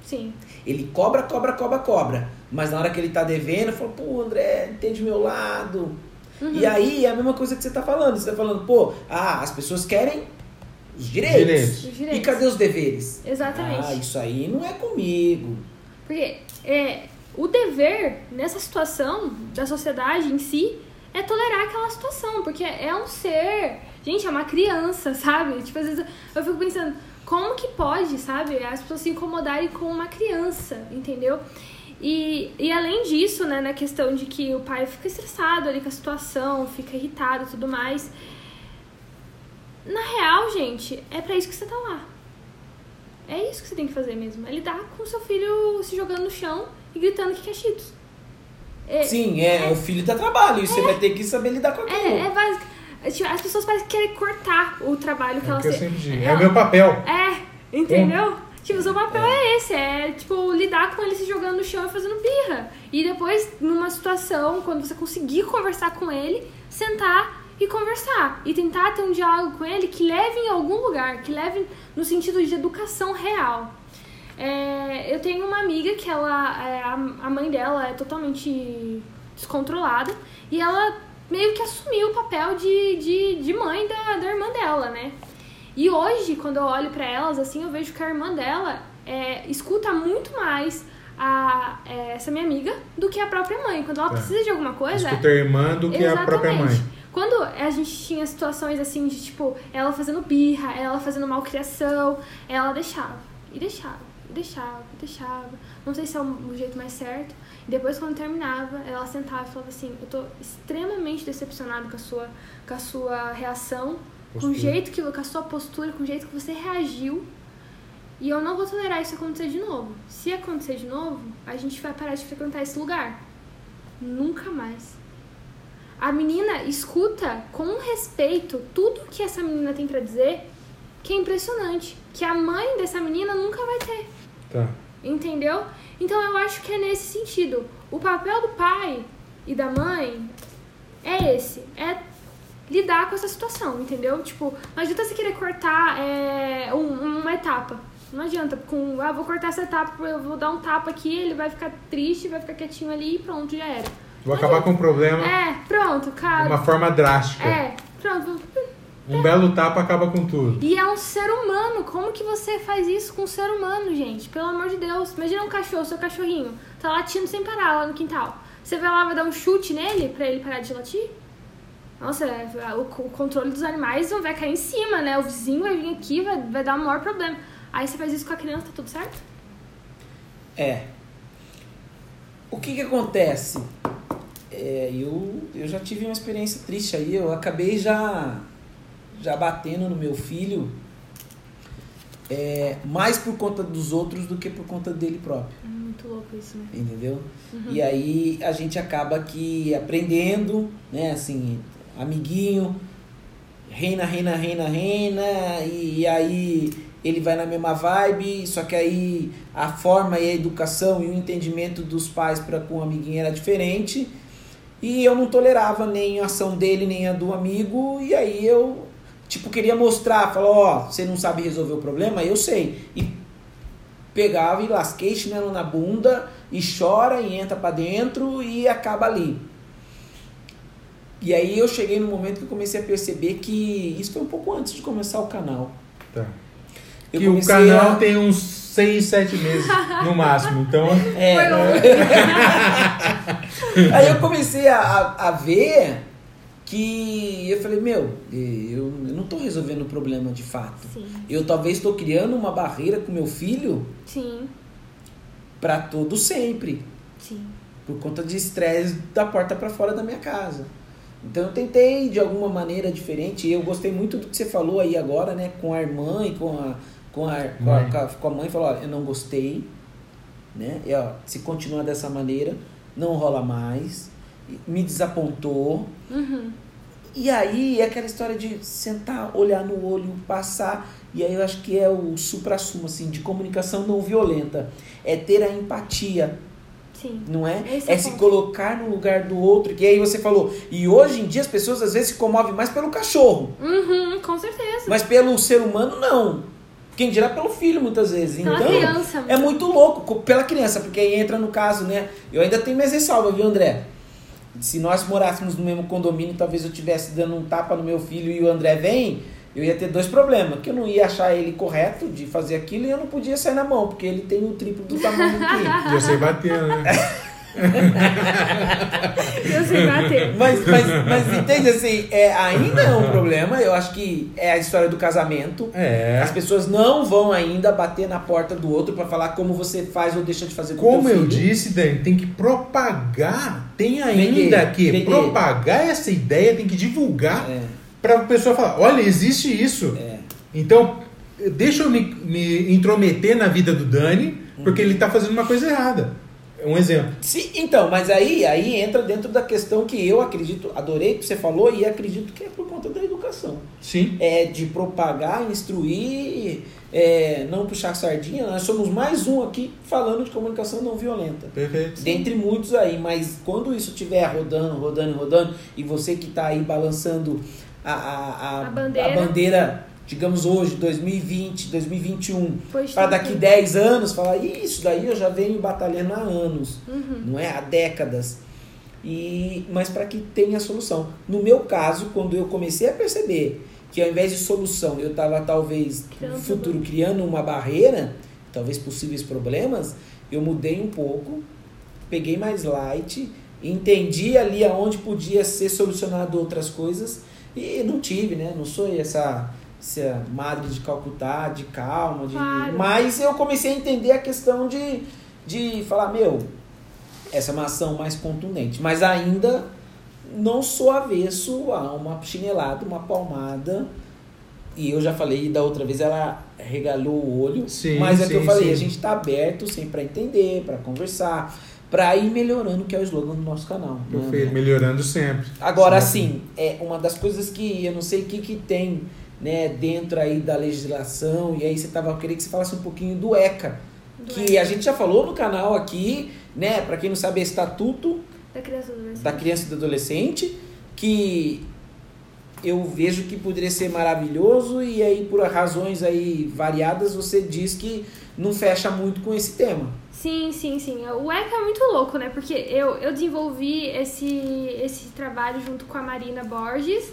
Sim. Ele cobra. Mas na hora que ele tá devendo, fala, pô, André, entende o meu lado. E aí é a mesma coisa que você tá falando. Você tá falando, pô, as pessoas querem os direitos. E cadê os deveres? Exatamente. Isso aí não é comigo. Porque o dever, nessa situação da sociedade em si, é tolerar aquela situação. Porque é um ser... Gente, é uma criança, sabe? Tipo, às vezes eu fico pensando, como que pode, sabe? As pessoas se incomodarem com uma criança, entendeu? E além disso, né, na questão de que o pai fica estressado ali com a situação, fica irritado e tudo mais. Na real, gente, é pra isso que você tá lá. É isso que você tem que fazer mesmo. É lidar com o seu filho se jogando no chão e gritando que quer Cheetos. Sim, o filho dá trabalho. E você vai ter que saber lidar com aquilo. É básico. As pessoas parecem que querem cortar o trabalho que elas têm. Eu sempre digo. É o meu papel. Entendeu? Tipo, o seu papel é esse, tipo, lidar com ele se jogando no chão e fazendo birra. E depois, numa situação, quando você conseguir conversar com ele, sentar e conversar. E tentar ter um diálogo com ele que leve em algum lugar, que leve no sentido de educação real. Eu tenho uma amiga que a mãe dela é totalmente descontrolada e ela meio que assumiu o papel de mãe da irmã dela, né? E hoje, quando eu olho pra elas, assim, eu vejo que a irmã dela escuta muito mais essa minha amiga do que a própria mãe. Quando ela precisa de alguma coisa... Escuta a irmã do que a própria mãe. Quando a gente tinha situações, assim, de, tipo, ela fazendo birra, ela fazendo malcriação, ela deixava. Não sei se é o jeito mais certo. E depois, quando terminava, ela sentava e falava assim, eu tô extremamente decepcionada com a sua reação, com o jeito com a sua postura, com o jeito que você reagiu. E eu não vou tolerar isso acontecer de novo. Se acontecer de novo, a gente vai parar de frequentar esse lugar. Nunca mais. A menina escuta com respeito tudo que essa menina tem pra dizer, que é impressionante. Que a mãe dessa menina nunca vai ter. Tá. Entendeu? Então eu acho que é nesse sentido. O papel do pai e da mãe é esse. É lidar com essa situação, entendeu? Tipo, não adianta você querer cortar uma etapa. Não adianta. Vou cortar essa etapa, eu vou dar um tapa aqui, ele vai ficar triste, vai ficar quietinho ali e pronto, já era. Vou acabar com o problema. Pronto, cara. De uma forma drástica. Pronto. Um belo tapa acaba com tudo. E é um ser humano. Como que você faz isso com um ser humano, gente? Pelo amor de Deus. Imagina um cachorro, seu cachorrinho. Tá latindo sem parar lá no quintal. Você vai lá, vai dar um chute nele pra ele parar de latir? Nossa, o controle dos animais vai cair em cima, né? O vizinho vai vir aqui, vai dar o maior problema. Aí você faz isso com a criança, tá tudo certo? O que acontece? Eu já tive uma experiência triste aí. Eu acabei já batendo no meu filho mais por conta dos outros do que por conta dele próprio. É muito louco isso, né? Entendeu? E aí a gente acaba que aprendendo, né? Assim, amiguinho, reina, e aí ele vai na mesma vibe, só que aí a forma e a educação e o entendimento dos pais para com o amiguinho era diferente, e eu não tolerava nem a ação dele, nem a do amigo, e aí eu queria mostrar, falar, você não sabe resolver o problema? Eu sei. E pegava e lasquei chinelo na bunda, e chora, e entra pra dentro, e acaba ali. E aí eu cheguei no momento que eu comecei a perceber que isso foi um pouco antes de começar o canal. Tá. Que o canal tem uns 6, 7 meses no máximo, então... Aí eu comecei a ver... que eu falei, eu não estou resolvendo o problema de fato. Sim. Eu talvez estou criando uma barreira com meu filho. Sim. Para todo sempre. Sim. Por conta de estresse da porta para fora da minha casa. Então eu tentei de alguma maneira diferente. E eu gostei muito do que você falou aí agora, né? Com a irmã e com a mãe. Falou, eu não gostei. Né? E, se continuar dessa maneira, não rola mais. Me desapontou. E aí é aquela história de sentar, olhar no olho, passar. E aí eu acho que é o supra-sumo assim, de comunicação não violenta. É ter a empatia. Sim. Não é? É se colocar no lugar do outro. Que aí você falou. E hoje em dia as pessoas às vezes se comovem mais pelo cachorro. Com certeza. Mas pelo ser humano não. Quem dirá pelo filho, muitas vezes. Pela Então, criança. é muito louco pela criança, porque aí entra no caso, né? Eu ainda tenho minhas ressalvas, viu, André? Se nós morássemos no mesmo condomínio, talvez eu estivesse dando um tapa no meu filho e o André vem, eu ia ter 2 problemas. Que eu não ia achar ele correto de fazer aquilo e eu não podia sair na mão, porque ele tem o triplo do tamanho que ele. E você batendo, né? Eu sei bater. Mas entende assim, ainda é um problema. Eu acho que é a história do casamento. As pessoas não vão ainda bater na porta do outro pra falar como você faz ou deixa de fazer com o Como teu eu filho. disse, Dani, tem que propagar. Tem ainda que propagar essa ideia, tem que divulgar pra pessoa falar, olha, existe isso. Então, deixa eu me intrometer na vida do Dani, porque ele tá fazendo uma coisa errada. Um exemplo. Sim, então, mas aí entra dentro da questão que eu acredito, adorei o que você falou e acredito que é por conta da educação. Sim. É de propagar, instruir, não puxar sardinha. Nós somos mais um aqui falando de comunicação não violenta. Perfeito. Dentre muitos aí, mas quando isso estiver rodando, e você que está aí balançando a bandeira, digamos hoje, 2020, 2021, para daqui 10 anos, falar, isso daí eu já venho batalhando há anos, não é? Há décadas. Mas para que tenha solução. No meu caso, quando eu comecei a perceber que ao invés de solução, eu estava talvez no futuro criando uma barreira, talvez possíveis problemas, eu mudei um pouco, peguei mais light, entendi ali aonde podia ser solucionado outras coisas e não tive, né? Não sou essa madre de Calcutá, de calma, Claro. Mas eu comecei a entender a questão de falar, essa é uma ação mais contundente, mas ainda não sou avesso a uma chinelada, uma palmada, e eu já falei da outra vez, ela regalou o olho, mas é que eu falei, a gente está aberto sempre para entender, para conversar, para ir melhorando, que é o slogan do nosso canal. Perfeito, melhorando sempre. Agora, assim, uma das coisas que eu não sei o que tem, né, dentro aí da legislação, e aí eu queria que você falasse um pouquinho do ECA, que a gente já falou no canal aqui, né, para quem não sabe, é Estatuto da Criança e do Adolescente, que eu vejo que poderia ser maravilhoso, e aí por razões aí variadas você diz que não fecha muito com esse tema. Sim. O ECA é muito louco, né, porque eu desenvolvi esse trabalho junto com a Marina Borges,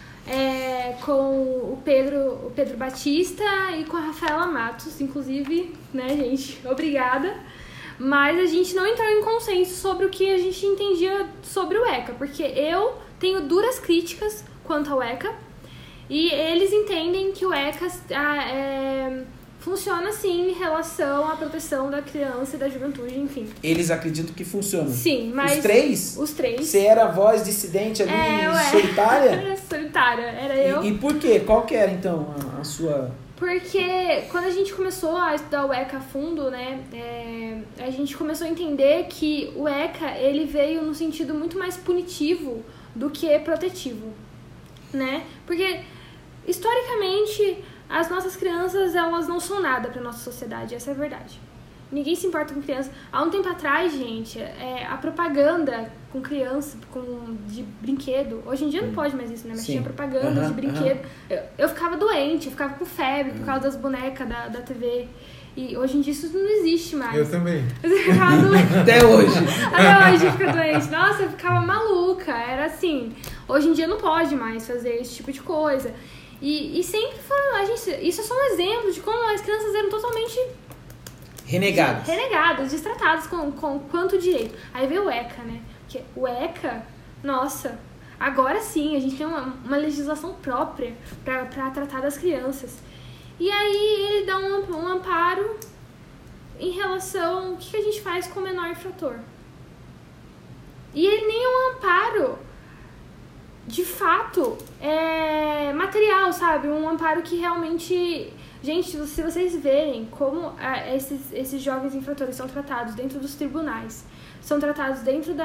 com o Pedro Batista e com a Rafaela Matos, inclusive, né, gente, obrigada. Mas a gente não entrou em consenso sobre o que a gente entendia sobre o ECA, porque eu tenho duras críticas quanto ao ECA e eles entendem que o ECA funciona sim em relação à proteção da criança e da juventude, enfim. Eles acreditam que funciona? Sim, mas... Os três? Os três. Você era a voz dissidente ali, solitária? Era solitária, era eu. E por quê? Qual que era, então, a sua... Porque quando a gente começou a estudar o ECA a fundo, né, a gente começou a entender que o ECA, ele veio no sentido muito mais punitivo do que protetivo, né? Porque, historicamente, as nossas crianças, elas não são nada para nossa sociedade, essa é a verdade. Ninguém se importa com criança. Há um tempo atrás, gente, a propaganda com criança, de brinquedo, hoje em dia não pode mais isso, né? Mas tinha propaganda de brinquedo. Eu ficava doente, eu ficava com febre por causa das bonecas da TV. E hoje em dia isso não existe mais. Eu também. Eu ficava doente. Até hoje. Até hoje eu fico doente. Nossa, eu ficava maluca. Era assim. Hoje em dia não pode mais fazer esse tipo de coisa. E sempre foram... isso é só um exemplo de como as crianças eram totalmente... Renegadas, destratadas com quanto direito. Aí veio o ECA, né? Porque o ECA, nossa, agora sim, a gente tem uma legislação própria para tratar das crianças. E aí ele dá um amparo em relação ao que a gente faz com o menor infrator. E ele nem é um amparo, de fato, material, sabe? Um amparo que realmente... Gente, se vocês verem como esses jovens infratores são tratados dentro dos tribunais, são tratados dentro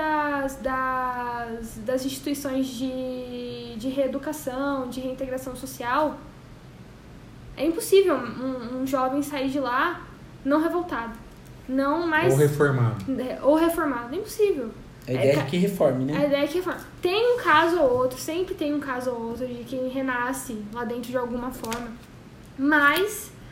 das instituições de reeducação, de reintegração social, é impossível um jovem sair de lá não revoltado. Não mais... Ou reformado. É impossível. A ideia é que reforme, né? A ideia é que reforme. Tem um caso ou outro, sempre tem um caso ou outro de quem renasce lá dentro de alguma forma. Mas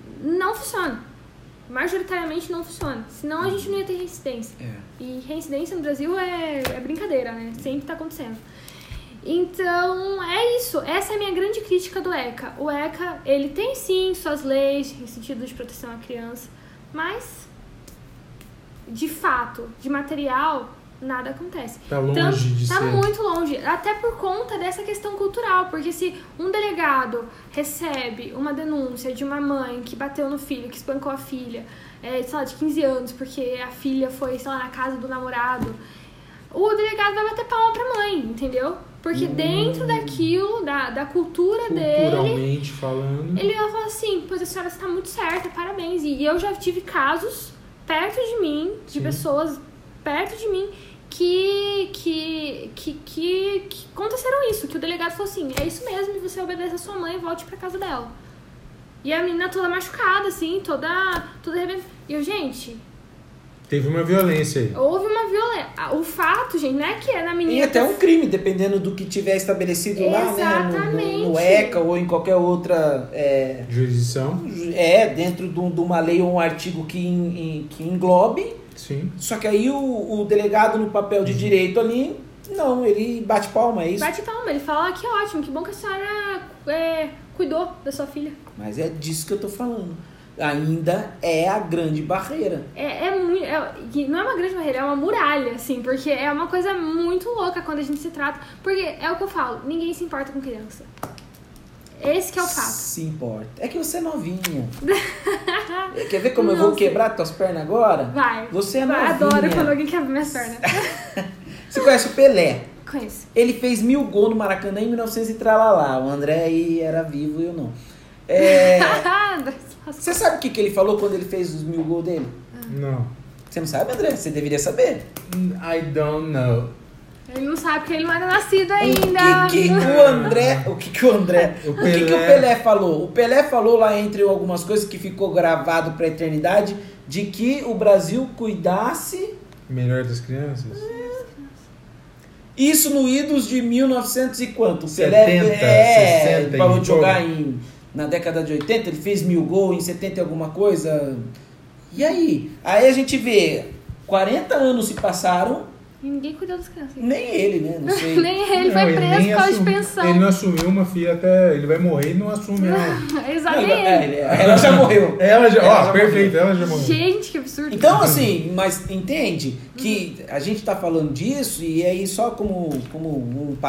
não funciona. Majoritariamente não funciona. Senão a gente não ia ter reincidência. E reincidência no Brasil é brincadeira, né? Sempre tá acontecendo. Então, é isso. Essa é a minha grande crítica do ECA. O ECA, ele tem sim suas leis em sentido de proteção à criança, mas, de fato, de material, nada acontece. Tá longe de ser. Tá muito longe. Até por conta dessa questão cultural. Porque se um delegado recebe uma denúncia de uma mãe que bateu no filho, que espancou a filha, sei lá, de 15 anos, porque a filha foi, sei lá, na casa do namorado, o delegado vai bater palma pra mãe, entendeu? Porque dentro daquilo, da cultura dele, culturalmente falando, ele vai falar assim, pois a senhora está muito certa, parabéns. E eu já tive casos perto de mim, de pessoas perto de mim, que aconteceram isso, que o delegado falou assim, é isso mesmo, e você obedece a sua mãe e volte pra casa dela. E a menina toda machucada, assim, toda arrebentada. E eu, gente... Teve uma violência aí. Houve uma violência. O fato, gente, não é que é na menina... E até um crime, dependendo do que tiver estabelecido lá, né? No ECA ou em qualquer outra... jurisdição. Dentro de uma lei ou um artigo que englobe. Sim. Só que aí o delegado no papel de direito ali, não, ele bate palma, é isso? Bate palma, ele fala, que ótimo, que bom que a senhora cuidou da sua filha. Mas é disso que eu tô falando. Ainda é a grande barreira. Não é uma grande barreira, é uma muralha, assim, porque é uma coisa muito louca quando a gente se trata. Porque é o que eu falo, ninguém se importa com criança. Esse que é o fato. Se importa. É que você é novinha. Quer ver como eu vou quebrar tuas pernas agora? Vai. Você é novinha. Adoro quando alguém quebra minhas pernas. Você conhece o Pelé? Conheço. Ele fez 1000 gols no Maracanã em 1900 e tralalá. O André aí era vivo e eu não. Você sabe o que ele falou quando ele fez os 1000 gols dele? Não. Você não sabe, André? Você deveria saber. I don't know. Ele não sabe porque ele não era nascido ainda. O que o Pelé falou? O Pelé falou lá, entre algumas coisas que ficou gravado pra eternidade, de que o Brasil cuidasse... Melhor das crianças? Isso no idos de 1900 e quanto? O 70, Pelé 60 parou de jogar na década de 80, ele fez 1000 gols em 70 e alguma coisa. E aí? Aí a gente vê, 40 anos se passaram. E ninguém cuidou das crianças. Nem ele, né? Não sei. Nem ele, foi preso por causa de pensão. Ele não assumiu uma filha até... Ele vai morrer e não assume ela. Exato. Ela já morreu. Ela já perfeito, ela já morreu. Gente, que absurdo. Então, assim, mas entende que a gente tá falando disso e aí só como um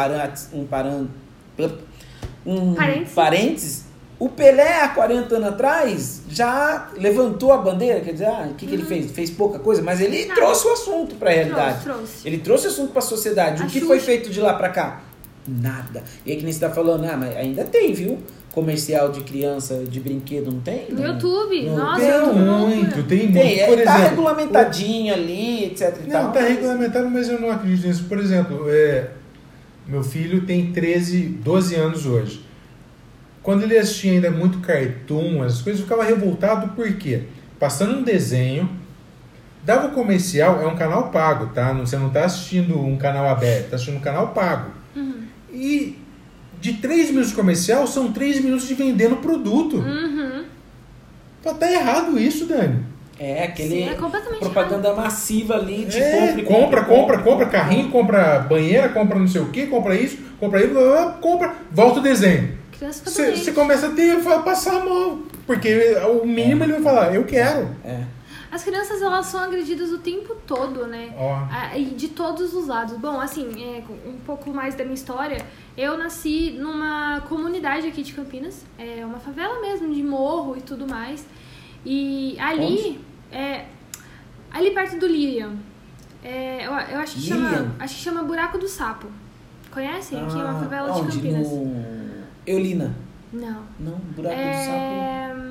parênteses, o Pelé, há 40 anos atrás, já levantou a bandeira, quer dizer, o que ele fez? Fez pouca coisa, mas ele trouxe o assunto para a realidade. Trouxe. Ele trouxe o assunto para a sociedade. O que foi feito de lá para cá? Nada. E aí que nem você tá falando, mas ainda tem, viu? Comercial de criança, de brinquedo, não tem? No YouTube? Nossa, tem muito, por exemplo. Tá regulamentadinho ali, etc e tal. Não, tá regulamentado, mas eu não acredito nisso. Por exemplo, meu filho tem 12 anos hoje. Quando ele assistia ainda muito cartoon, essas coisas, eu ficava revoltado porque passando um desenho, dava o comercial, é um canal pago, tá? Você não tá assistindo um canal aberto, tá assistindo um canal pago. Uhum. E de 3 minutos de comercial, são 3 minutos de vendendo produto. Uhum. Tá errado isso, Dani. Aquele Sim, completamente propaganda massiva ali de compra carrinho, compra banheira, compra não sei o que, compra isso, compra, volta o desenho. Você começa a passar mal, porque o mínimo ele vai falar, eu quero. As crianças, elas são agredidas o tempo todo, né? E de todos os lados. Bom, assim, um pouco mais da minha história. Eu nasci numa comunidade aqui de Campinas, uma favela mesmo, de morro e tudo mais. E ali, ali perto do Lilian, eu acho que chama Buraco do Sapo. Conhecem? Aqui é uma favela de Campinas. Eulina. Não. Buraco do Sapo.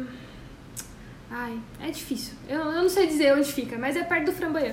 É difícil. Eu não sei dizer onde fica, mas é perto do Framboyant.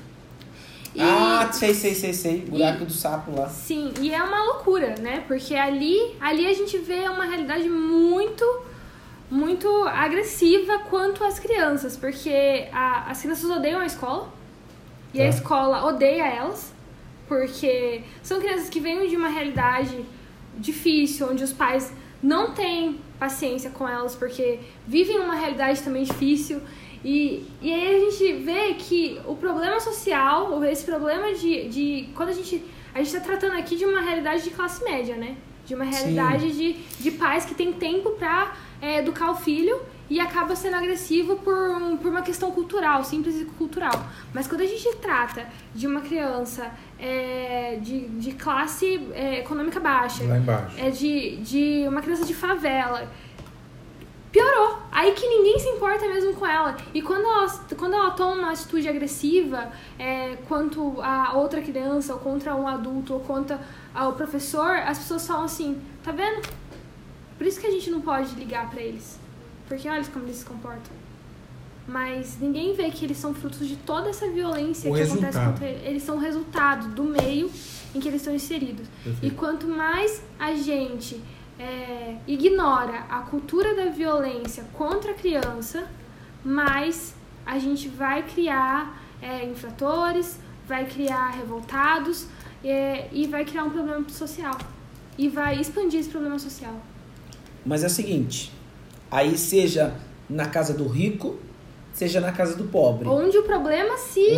Sei. Buraco do Sapo lá. Sim, e é uma loucura, né? Porque ali a gente vê uma realidade muito, muito agressiva quanto às crianças. Porque as crianças odeiam a escola. E a escola odeia elas. Porque são crianças que vêm de uma realidade difícil, onde os pais não têm paciência com elas, porque vivem uma realidade também difícil. E aí a gente vê que o problema social, esse problema de quando a gente está tratando aqui de uma realidade de classe média, né? De uma realidade de pais que têm tempo para educar o filho e acaba sendo agressivo por uma questão cultural, simples e cultural. Mas quando a gente trata de uma criança de classe econômica baixa, lá embaixo, de uma criança de favela, piorou. Aí que ninguém se importa mesmo com ela. E quando ela toma uma atitude agressiva quanto a outra criança, ou contra um adulto, ou contra o professor, as pessoas falam assim, tá vendo? Por isso que a gente não pode ligar pra eles. Porque olha como eles se comportam. Mas ninguém vê que eles são frutos de toda essa violência que acontece contra eles. Eles são resultado do meio em que eles estão inseridos. Perfeito. E quanto mais a gente ignora a cultura da violência contra a criança, mais a gente vai criar infratores, vai criar revoltados e vai criar um problema social. E vai expandir esse problema social. Mas é o seguinte, aí seja na casa do rico, seja na casa do pobre. Onde o problema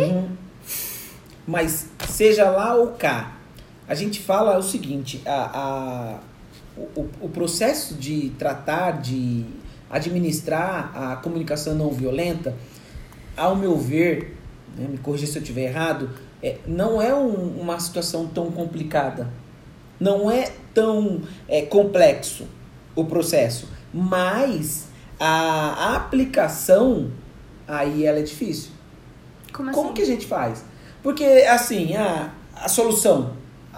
Mas seja lá ou cá, a gente fala o seguinte, o processo de tratar, de administrar a comunicação não violenta, ao meu ver, né, me corrija se eu estiver errado, não é uma situação tão complicada, não é tão complexo o processo, mas a aplicação, aí ela é difícil. Como assim? Como que a gente faz? Porque, assim, a solução,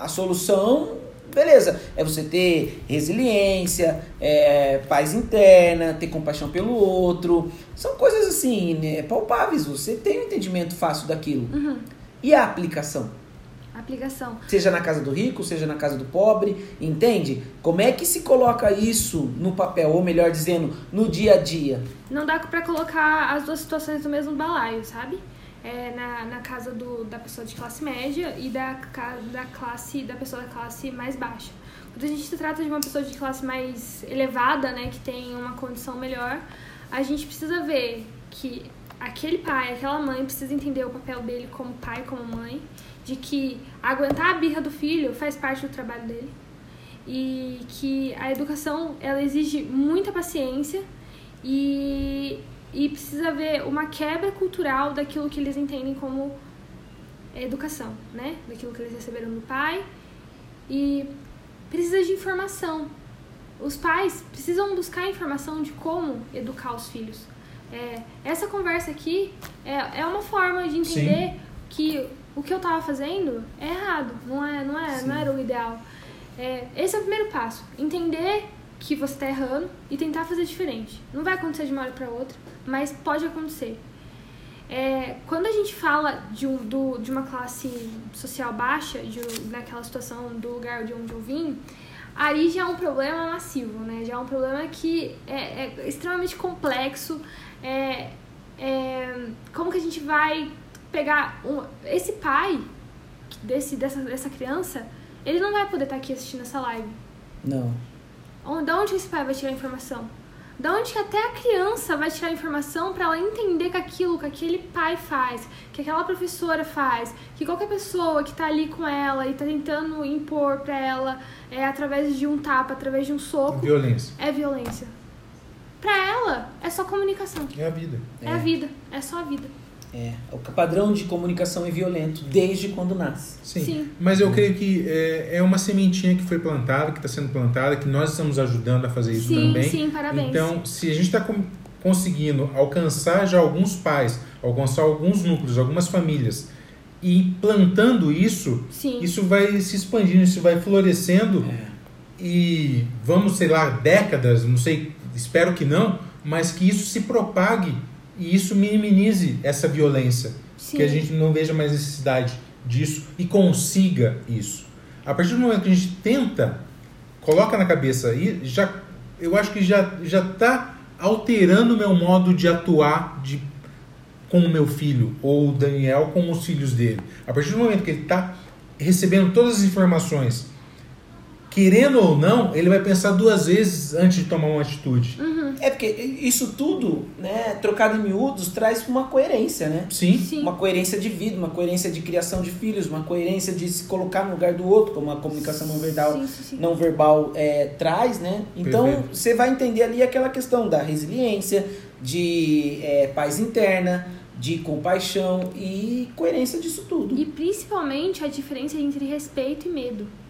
beleza, é você ter resiliência, paz interna, ter compaixão pelo outro, são coisas assim, né, palpáveis, você tem um entendimento fácil daquilo. Uhum. E a aplicação? Aplicação. Seja na casa do rico, seja na casa do pobre, entende? Como é que se coloca isso no papel, ou melhor dizendo, no dia a dia? Não dá pra colocar as duas situações no mesmo balaio, sabe? Na casa da pessoa de classe média e da pessoa da classe mais baixa. Quando a gente se trata de uma pessoa de classe mais elevada, né, que tem uma condição melhor, a gente precisa ver que aquele pai, aquela mãe precisa entender o papel dele como pai, como mãe, de que aguentar a birra do filho faz parte do trabalho dele e que a educação, ela exige muita paciência e precisa haver uma quebra cultural daquilo que eles entendem como educação, né? Daquilo que eles receberam do pai. E precisa de informação. Os pais precisam buscar informação de como educar os filhos. Essa conversa aqui é uma forma de entender Sim. que o que eu estava fazendo é errado, não era o ideal. Esse é o primeiro passo. Entender que você está errando e tentar fazer diferente. Não vai acontecer de uma hora para outra, mas pode acontecer. Quando a gente fala de uma classe social baixa, naquela situação do lugar de onde eu vim, aí já é um problema massivo, né? Já é um problema que é extremamente complexo. Como que a gente vai pegar esse pai dessa criança, ele não vai poder estar aqui assistindo essa live. Não. Da onde esse pai vai tirar a informação? Da onde que até a criança vai tirar a informação para ela entender que aquilo que aquele pai faz, que aquela professora faz, que qualquer pessoa que tá ali com ela e tá tentando impor para ela através de um tapa, através de um soco, violência. É violência. Para ela é só comunicação. É a vida. É a vida, é só a vida. O padrão de comunicação é violento desde quando nasce. Sim. Mas eu creio que é uma sementinha que foi plantada, que está sendo plantada, que nós estamos ajudando a fazer isso também. Sim, parabéns. Então, se a gente está conseguindo alcançar já alguns pais, alcançar alguns núcleos, algumas famílias, e plantando isso, isso vai se expandindo, isso vai florescendo e vamos, sei lá, décadas, não sei, espero que não, mas que isso se propague e isso minimize essa violência, que a gente não veja mais necessidade disso e consiga isso. A partir do momento que a gente tenta, coloca na cabeça aí, eu acho que já está alterando o meu modo de atuar com o meu filho, ou o Daniel com os filhos dele. A partir do momento que ele está recebendo todas as informações querendo ou não, ele vai pensar 2 vezes antes de tomar uma atitude. É porque isso tudo, né, trocado em miúdos, traz uma coerência, né? Sim. Uma coerência de vida, uma coerência de criação de filhos, uma coerência de se colocar no lugar do outro, como a comunicação não verbal traz, né? Então, Perfeito. você vai entender ali aquela questão da resiliência, de paz interna, de compaixão e coerência disso tudo. E principalmente a diferença entre respeito e medo.